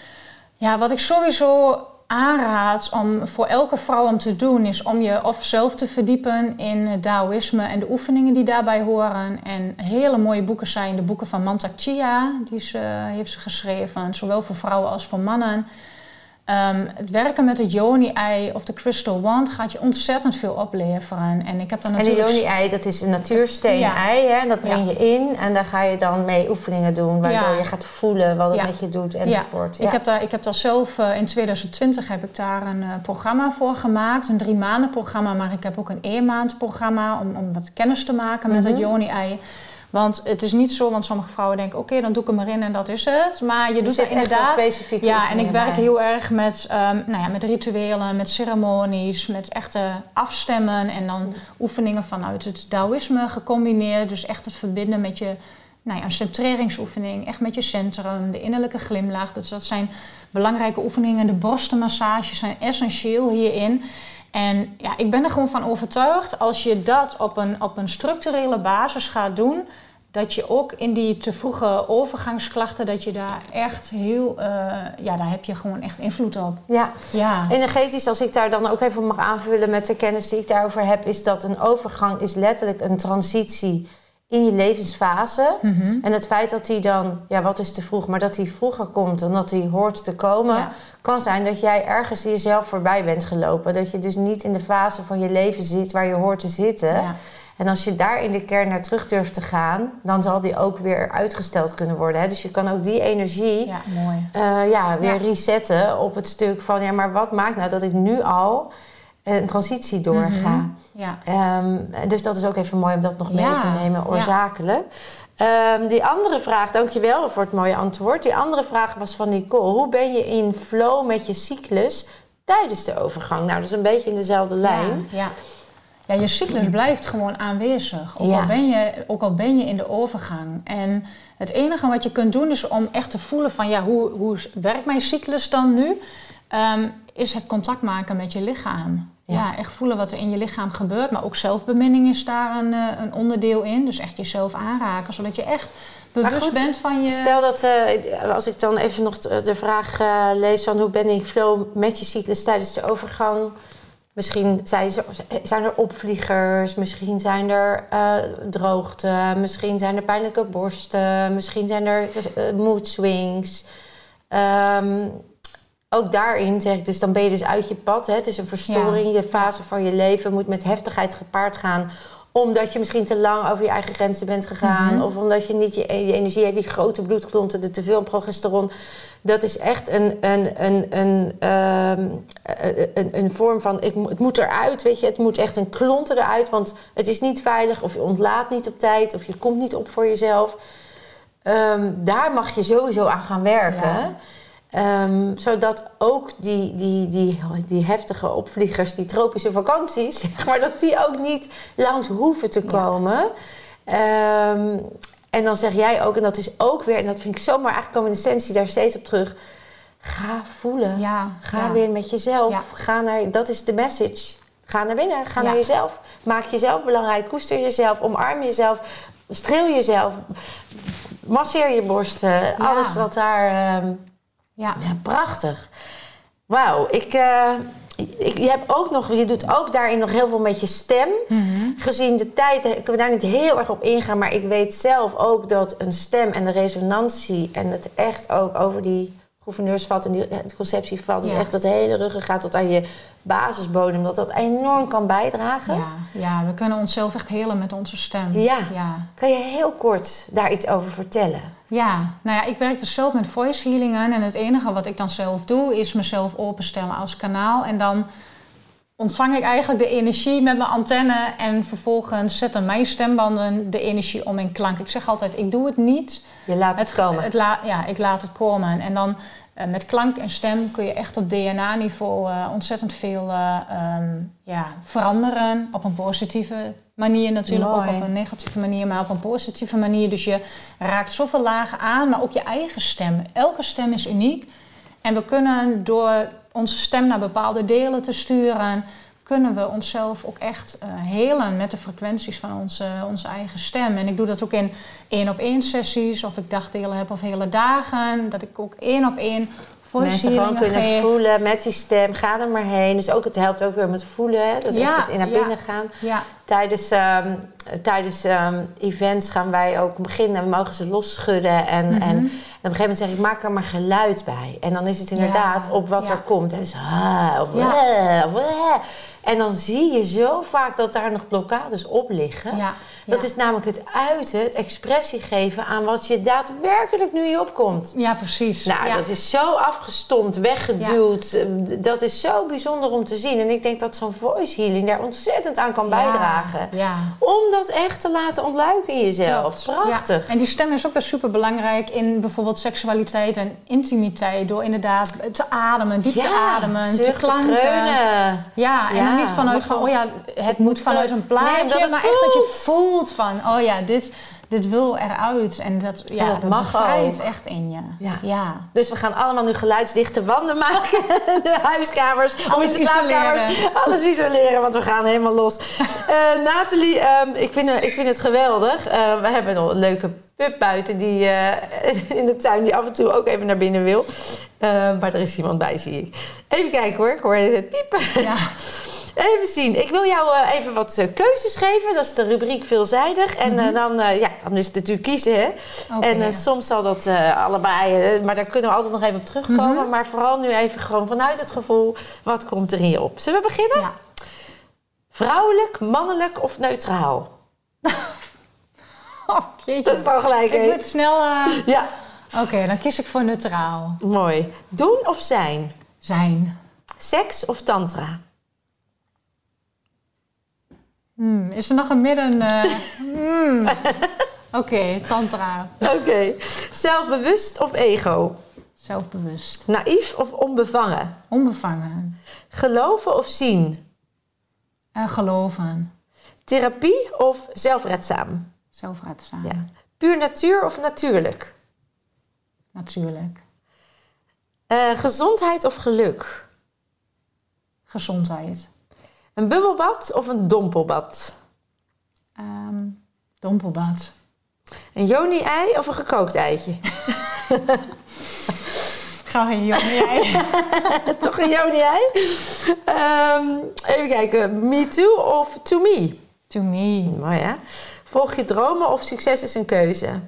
ja, wat ik sowieso aanraad om voor elke vrouw om te doen, is om je of zelf te verdiepen in het Taoïsme en de oefeningen die daarbij horen. En hele mooie boeken zijn de boeken van Mantak Chia, die ze, heeft ze geschreven, zowel voor vrouwen als voor mannen. Um, het werken met het Yoni-ei of de Crystal Wand gaat je ontzettend veel opleveren. En ik heb dan En de natuurlijk... Yoni-ei, dat is een natuursteen-ei, hè? Dat breng Ja. je in en daar ga je dan mee oefeningen doen, waardoor Ja. je gaat voelen wat het Ja. met je doet enzovoort. Ja, ik heb daar, ik heb daar zelf uh, in twintig twintig heb ik daar een uh, programma voor gemaakt. Een drie maanden programma, maar ik heb ook een één maand programma om, om wat kennis te maken met Mhm. het Yoni-ei. Want het is niet zo, want sommige vrouwen denken, oké, okay, dan doe ik hem erin en dat is het. Maar je Er doet zit er echt wel inderdaad... specifieke Ja, en oefeningen ik werk bij. heel erg met, um, nou ja, met rituelen, met ceremonies, met echte afstemmen. En dan oefeningen vanuit het Taoïsme gecombineerd. Dus echt het verbinden met je, nou ja, een centreringsoefening. Echt met je centrum, de innerlijke glimlach. Dus dat zijn belangrijke oefeningen. De borstenmassages zijn essentieel hierin. En ja, ik ben er gewoon van overtuigd, als je dat op een, op een structurele basis gaat doen, dat je ook in die te vroege overgangsklachten, dat je daar echt heel, uh, ja, daar heb je gewoon echt invloed op. Ja. Ja. Energetisch, als ik daar dan ook even mag aanvullen met de kennis die ik daarover heb, is dat een overgang is letterlijk een transitie in je levensfase. Mm-hmm. En het feit dat die dan, ja, wat is te vroeg, maar dat die vroeger komt dan dat die hoort te komen, Ja. kan zijn dat jij ergens jezelf voorbij bent gelopen. Dat je dus niet in de fase van je leven zit waar je hoort te zitten. Ja. En als je daar in de kern naar terug durft te gaan, dan zal die ook weer uitgesteld kunnen worden. Hè? Dus je kan ook die energie Ja, mooi. uh, ja, weer Ja. resetten op het stuk van, ja, maar wat maakt nou dat ik nu al een transitie doorga? Mm-hmm. Ja. Um, dus dat is ook even mooi om dat nog mee Ja, te nemen, oorzakelijk. Um, die andere vraag, dankjewel voor het mooie antwoord. Die andere vraag was van Nicole. Hoe ben je in flow met je cyclus tijdens de overgang? Nou, dat is een beetje in dezelfde lijn. Ja, ja. ja je cyclus blijft gewoon aanwezig. Ook, Ja. al ben je, ook al ben je in de overgang. En het enige wat je kunt doen is om echt te voelen van... ja, hoe, hoe werkt mijn cyclus dan nu? Um, is het contact maken met je lichaam. Ja. ja, echt voelen wat er in je lichaam gebeurt. Maar ook zelfbeminning is daar een, uh, een onderdeel in. Dus echt jezelf aanraken, zodat je echt bewust goed, bent van je... Stel dat, uh, als ik dan even nog de vraag uh, lees van... hoe ben ik in flow met je cyclus tijdens de overgang... Misschien zijn, zijn er opvliegers, misschien zijn er uh, droogte... misschien zijn er pijnlijke borsten, misschien zijn er uh, mood swings... Um, Ook daarin zeg ik, dus dan ben je dus uit je pad. Hè? Het is een verstoring, ja. Je fase van je leven moet met heftigheid gepaard gaan. Omdat je misschien te lang over je eigen grenzen bent gegaan. Mm-hmm. Of omdat je niet je, je energie hebt, die grote bloedklonten, de te veel progesteron. Dat is echt een, een, een, een, um, een, een vorm van, ik, het moet eruit, weet je. Het moet echt een klonten eruit, want het is niet veilig. Of je ontlaat niet op tijd, of je komt niet op voor jezelf. Um, daar mag je sowieso aan gaan werken. Ja. Um, zodat ook die, die, die, die heftige opvliegers, die tropische vakanties... zeg maar, dat die ook niet langs hoeven te komen. Ja. Um, en dan zeg jij ook, en dat is ook weer... en dat vind ik zomaar, eigenlijk komen de essentie daar steeds op terug... ga voelen. Ja, ga ja. weer met jezelf. Ja. Ga naar, dat is de message. Ga naar binnen, ga ja. naar jezelf. Maak jezelf belangrijk, koester jezelf, omarm jezelf... streel jezelf, masseer je borsten. Ja. Alles wat daar... Um, Ja. ja, prachtig. Wauw, ik, uh, ik, je, hebt ook nog, je doet ook daarin nog heel veel met je stem. Mm-hmm. Gezien de tijd, ik kan daar niet heel erg op ingaan... maar ik weet zelf ook dat een stem en de resonantie... en het echt ook over die gouverneursvat en die conceptievat... dus ja. echt dat hele ruggengraat tot aan je basisbodem... dat dat enorm kan bijdragen. Ja, ja, we kunnen onszelf echt helen met onze stem. Ja. ja, kan je heel kort daar iets over vertellen? Ja, nou ja, ik werk dus zelf met voice healingen... en het enige wat ik dan zelf doe... is mezelf openstellen als kanaal... en dan ontvang ik eigenlijk de energie met mijn antenne... en vervolgens zetten mijn stembanden de energie om in klank. Ik zeg altijd, ik doe het niet. Je laat het, het komen. Het la, ja, ik laat het komen. En dan uh, met klank en stem kun je echt op D N A-niveau... Uh, ontzettend veel uh, um, ja, veranderen op een positieve manier natuurlijk. Mooi. Ook op een negatieve manier, maar op een positieve manier. Dus je raakt zoveel lagen aan, maar ook je eigen stem. Elke stem is uniek. En we kunnen door onze stem naar bepaalde delen te sturen... kunnen we onszelf ook echt uh, helen met de frequenties van onze, onze eigen stem. En ik doe dat ook in één-op-één sessies... of ik dagdelen heb of hele dagen. Dat ik ook één op één... Mensen gewoon kunnen geef. voelen met die stem. Ga er maar heen. Dus ook, het helpt ook weer met voelen. Hè? Dus ja, echt het in naar binnen ja, gaan. Ja. Tijdens, um, tijdens um, events gaan wij ook beginnen. We mogen ze losschudden. En, mm-hmm. en, en op een gegeven moment zeg ik, maak er maar geluid bij. En dan is het inderdaad ja, op wat ja. er komt. Dus, ah, of, ja. uh, of uh. En dan zie je zo vaak dat daar nog blokkades op liggen. Ja. Dat ja. is namelijk het uiten, het expressie geven aan wat je daadwerkelijk nu je opkomt. Ja, precies. Nou, ja. dat is zo afgestompt, weggeduwd. Ja. Dat is zo bijzonder om te zien. En ik denk dat zo'n voice healing daar ontzettend aan kan bijdragen. Ja. Ja. Om dat echt te laten ontluiken in jezelf. Ja. Prachtig. Ja. En die stem is ook wel super belangrijk in bijvoorbeeld seksualiteit en intimiteit. Door inderdaad te ademen, diep ja, te ademen, te klanken. Te kreunen. Ja, en ja. dan niet vanuit van, oh ja, het, het moet vanuit een plaatje. Nee, het maar voelt. Echt dat je voelt van, oh ja, dit, dit wil eruit. En dat, ja, en dat, dat mag bevrijdt echt in je. Ja. Ja. Dus we gaan allemaal nu geluidsdichte wanden maken. De huiskamers, of in de slaapkamers. Alles isoleren, want we gaan helemaal los. uh, Nathalie, um, ik, vind, ik vind het geweldig. Uh, we hebben nog een leuke pup buiten die uh, in de tuin die af en toe ook even naar binnen wil. Uh, maar er is iemand bij, zie ik. Even kijken hoor, ik hoor het piepen. Ja. Even zien. Ik wil jou uh, even wat uh, keuzes geven. Dat is de rubriek veelzijdig. En uh, dan, uh, ja, dan is het natuurlijk kiezen. Hè? Okay, en uh, ja. soms zal dat uh, allebei... Uh, maar daar kunnen we altijd nog even op terugkomen. Mm-hmm. Maar vooral nu even gewoon vanuit het gevoel. Wat komt er in je op? Zullen we beginnen? Ja. Vrouwelijk, mannelijk of neutraal? Oh, dat is dan gelijk, hè? Ik moet snel... Uh... Ja. Oké, okay, dan kies ik voor neutraal. Mooi. Doen of zijn? Zijn. Seks of tantra? Hmm, is er nog een midden... Uh, hmm. Oké, Oké, okay, tantra. Oké. Okay. Zelfbewust of ego? Zelfbewust. Naïef of onbevangen? Onbevangen. Geloven of zien? Uh, geloven. Therapie of zelfredzaam? Zelfredzaam. Ja. Puur natuur of natuurlijk? Natuurlijk. Uh, gezondheid of geluk? Gezondheid. Een bubbelbad of een dompelbad? Um, dompelbad. Een yoni-ei of een gekookt eitje? Ga een yoni-ei. Toch een yoni-ei? Um, even kijken. Me too of to me? To me. Mooi hè? Volg je dromen of succes is een keuze?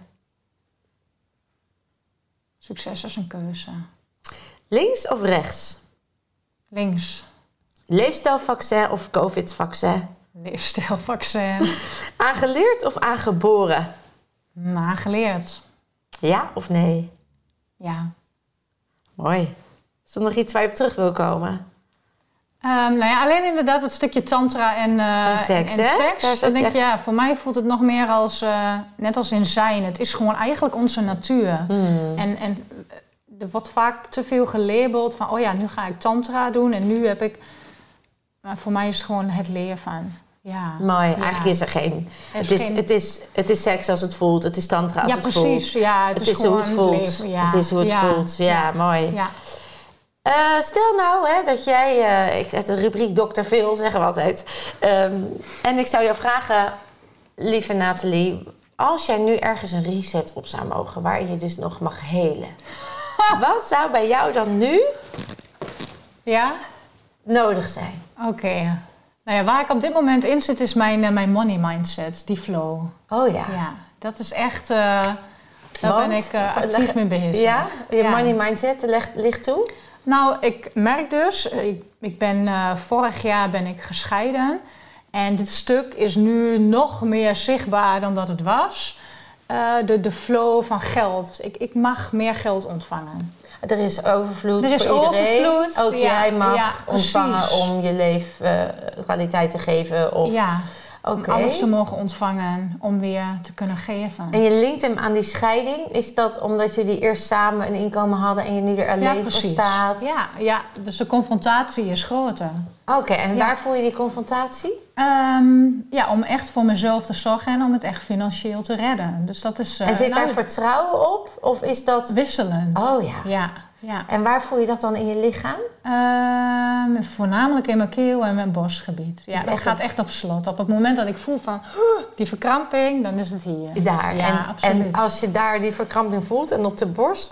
Succes is een keuze. Links of rechts? Links. Leefstijlvaccin of covid-vaccin? Leefstijlvaccin. Aangeleerd of aangeboren? Aangeleerd. Ja of nee? Ja. Mooi. Is er nog iets waar je op terug wil komen? Um, nou ja, alleen inderdaad het stukje tantra en, uh, en seks, en, en hè? seks. Dan denk ik, ja, voor mij voelt het nog meer als, uh, net als in zijn. Het is gewoon eigenlijk onze natuur. Hmm. En, en er wordt vaak te veel gelabeld van, oh ja, nu ga ik tantra doen en nu heb ik... Maar voor mij is het gewoon het leven. Ja. Mooi. Ja. Eigenlijk is er geen... Het het, is, geen... het, is, het is seks als het voelt. Het is tantra als ja, het precies. voelt. Ja, het, het is, is hoe het voelt. Leven, ja. Het is hoe het ja. voelt. Ja, ja. mooi. Ja. Uh, stel nou hè, dat jij... Uh, ik zet de rubriek dokter Phil, zeggen we altijd. Um, en ik zou jou vragen, lieve Nathalie... Als jij nu ergens een reset op zou mogen... waar je dus nog mag helen... wat zou bij jou dan nu... Ja? nodig zijn? Oké. Okay. Nou ja, waar ik op dit moment in zit is mijn, uh, mijn money mindset, die flow. Oh ja. Ja, dat is echt... Uh, daar Want, ben ik uh, actief leg, mee bezig. Ja? Je ja. money mindset leg, ligt toe? Nou, ik merk dus... Ik, ik ben, uh, vorig jaar ben ik gescheiden. En dit stuk is nu nog meer zichtbaar dan dat het was. Uh, de, de flow van geld. Ik, ik mag meer geld ontvangen. Er is overvloed er is voor iedereen. Overvloed. Ook ja, jij mag ja, ontvangen om je leefkwaliteit uh, te geven. Of... Ja, okay. om alles te mogen ontvangen om weer te kunnen geven. En je linkt hem aan die scheiding. Is dat omdat jullie eerst samen een inkomen hadden en je nu er alleen ja, voor staat? Ja, ja, dus de confrontatie is groter. Oké, okay, en ja. waar voel je die confrontatie? Um, ja, om echt voor mezelf te zorgen en om het echt financieel te redden. Dus dat is, uh, en zit nou, daar vertrouwen op? Of is dat... wisselend. Oh ja. Ja, ja. En waar voel je dat dan in je lichaam? Um, voornamelijk in mijn keel en mijn borstgebied. Ja, dat gaat echt op slot. Op het moment dat ik voel van uh, die verkramping, dan is het hier. Daar. Ja, en, absoluut. En als je daar die verkramping voelt en op de borst...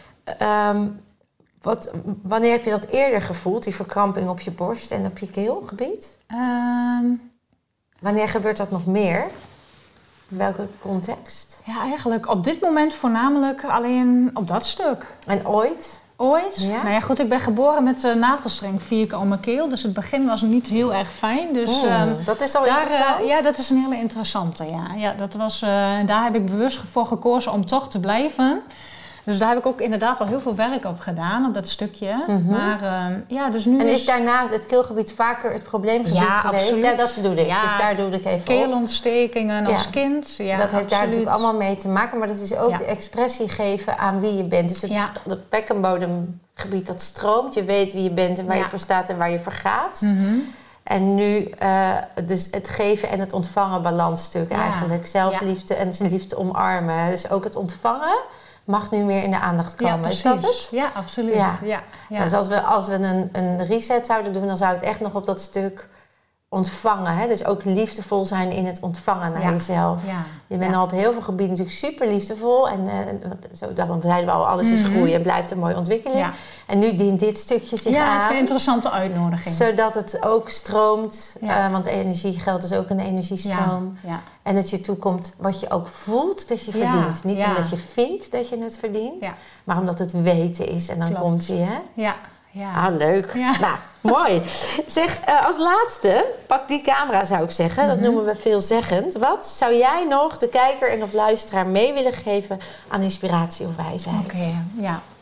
Um, Wat, wanneer heb je dat eerder gevoeld, die verkramping op je borst en op je keelgebied? Um, wanneer gebeurt dat nog meer? In welke context? Ja, eigenlijk op dit moment voornamelijk alleen op dat stuk. En ooit? Ooit? Ja? Nou ja, goed, ik ben geboren met de navelstreng vierkant om mijn keel. Dus het begin was niet heel erg fijn. Dus, mm, um, dat is al daar, interessant? Uh, ja, dat is een hele interessante, ja. ja dat was, uh, daar heb ik bewust voor gekozen om toch te blijven. Dus daar heb ik ook inderdaad al heel veel werk op gedaan, op dat stukje. Mm-hmm. Maar uh, ja, dus nu En is, is daarna het keelgebied vaker het probleemgebied ja, geweest? Absoluut. Ja, dat bedoel ik. Ja, dus daar doe ik even keelontstekingen op. als ja. kind. Ja, dat heeft absoluut. daar natuurlijk allemaal mee te maken. Maar dat is ook ja. de expressie geven aan wie je bent. Dus het, ja. het bekkenbodemgebied dat stroomt. Je weet wie je bent en waar ja. je voor staat en waar je voor gaat. Mm-hmm. En nu uh, dus het geven en het ontvangen balansstuk ja. eigenlijk. Zelfliefde ja. en zijn liefde omarmen. Dus ook het ontvangen mag nu meer in de aandacht komen. Ja, is dat het? Ja, absoluut. Ja. Ja. Ja. Dus als we, als we een, een reset zouden doen, dan zou het echt nog op dat stuk ontvangen. Hè? Dus ook liefdevol zijn in het ontvangen naar ja. jezelf. Ja. Je bent ja. al op heel veel gebieden natuurlijk super liefdevol. En uh, zo, daarom zeiden we al, alles is mm-hmm. groei en blijft een mooie ontwikkeling. Ja. En nu dient dit stukje zich ja, aan. Ja, dat is een interessante uitnodiging. Zodat het ook stroomt. Ja. Uh, want energie, geld is ook een energiestroom. Ja. Ja. En dat je toekomt wat je ook voelt dat je verdient. Ja. Niet Ja. omdat je vindt dat je het verdient. Ja. Maar omdat het weten is. En dan Klopt. komt hij, hè? Ja. Ja. Ah, leuk. Ja. Nou, mooi. Zeg, uh, als laatste, pak die camera zou ik zeggen. Dat mm-hmm. noemen we veelzeggend. Wat zou jij nog de kijker en of luisteraar mee willen geven aan inspiratie of wijsheid? Oké, okay, ja.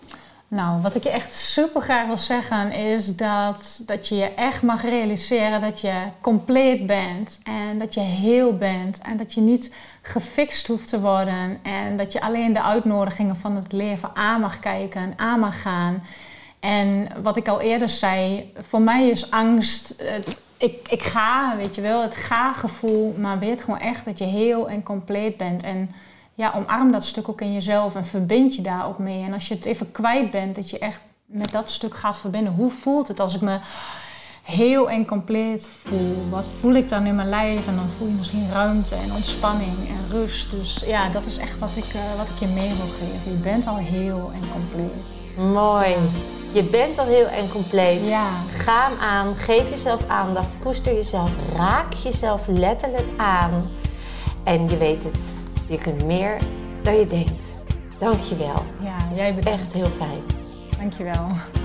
Nou, wat ik je echt super graag wil zeggen is dat, dat je je echt mag realiseren dat je compleet bent. En dat je heel bent. En dat je niet gefixt hoeft te worden. En dat je alleen de uitnodigingen van het leven aan mag kijken en aan mag gaan. En wat ik al eerder zei, voor mij is angst, het, ik, ik ga, weet je wel, het ga-gevoel. Maar weet gewoon echt dat je heel en compleet bent. En ja, omarm dat stuk ook in jezelf en verbind je daar ook mee. En als je het even kwijt bent, dat je echt met dat stuk gaat verbinden. Hoe voelt het als ik me heel en compleet voel? Wat voel ik dan in mijn lijf? En dan voel je misschien ruimte en ontspanning en rust. Dus ja, dat is echt wat ik, uh, wat ik je mee wil geven. Je bent al heel en compleet. Mooi. Je bent al heel en compleet. Ja. Ga hem aan, geef jezelf aandacht, koester jezelf, raak jezelf letterlijk aan. En je weet het. Je kunt meer dan je denkt. Dank je wel. Ja, jij bedankt. Echt heel fijn. Dank je wel.